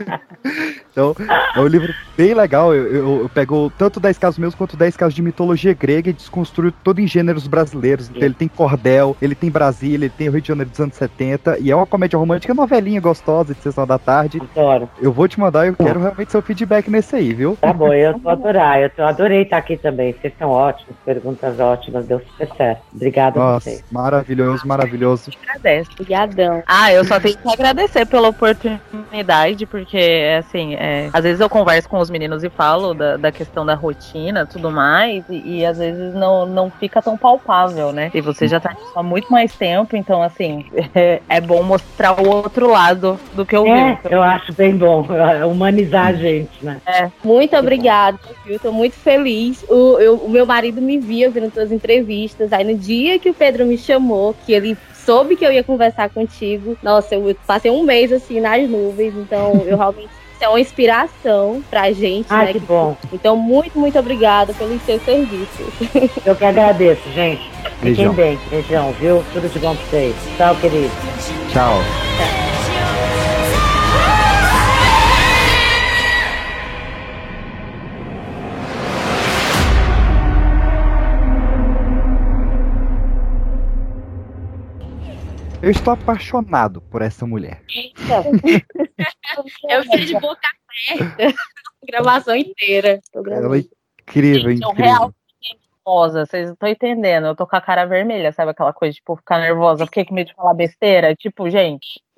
Então, é um livro bem legal. Eu, eu- eu pego tanto dez casos meus quanto dez casos de mitologia grega e desconstruo todo em gêneros brasileiros. Então, ele tem cordel, ele tem Brasília, ele tem o Rio de Janeiro dos anos setenta, e é uma comédia romântica, novelinha gostosa de sessão da tarde. Adoro. Eu vou te mandar e eu quero realmente seu feedback nesse aí, viu? Tá bom, eu vou adorar. Eu tô- adorei estar aqui também. Vocês são ótimos, perguntas ótimas, deu super certo. Obrigada a Nossa, vocês. maravilhoso, maravilhoso. Agradece. Obrigadão. Ah, eu só tenho que agradecer pela oportunidade, porque, assim, é, às vezes eu converso com os meninos e falo da, da questão da rotina e tudo mais, e, e às vezes não, não fica tão palpável, né? E você já tá nisso há muito mais tempo, então, assim, é, é bom mostrar o outro lado do que eu É, vi. eu acho bem bom, humanizar a gente, né? É, muito obrigada, viu? Tô muito feliz. O, eu- o meu marido me via vendo tuas entrevistas. Aí no dia que o Pedro me chamou, que ele soube que eu ia conversar contigo, nossa, eu passei um mês assim nas nuvens. Então, eu realmente isso é uma inspiração pra gente, Ai, né? que bom. Então, muito, muito obrigada pelos seus serviços. Eu que agradeço, gente. Fiquem Beijão. bem, beijão, viu? Tudo de bom pra vocês. Tchau, querido. Tchau. Eu estou apaixonado por essa mulher. Eu fiquei de boca aberta a gravação inteira. Tô gravando. Ela é incrível, Gente, eu incrível. realmente fiquei nervosa, vocês não estão entendendo. Eu tô com a cara vermelha, sabe aquela coisa, tipo, ficar nervosa. Fiquei com medo de falar besteira. Tipo, gente,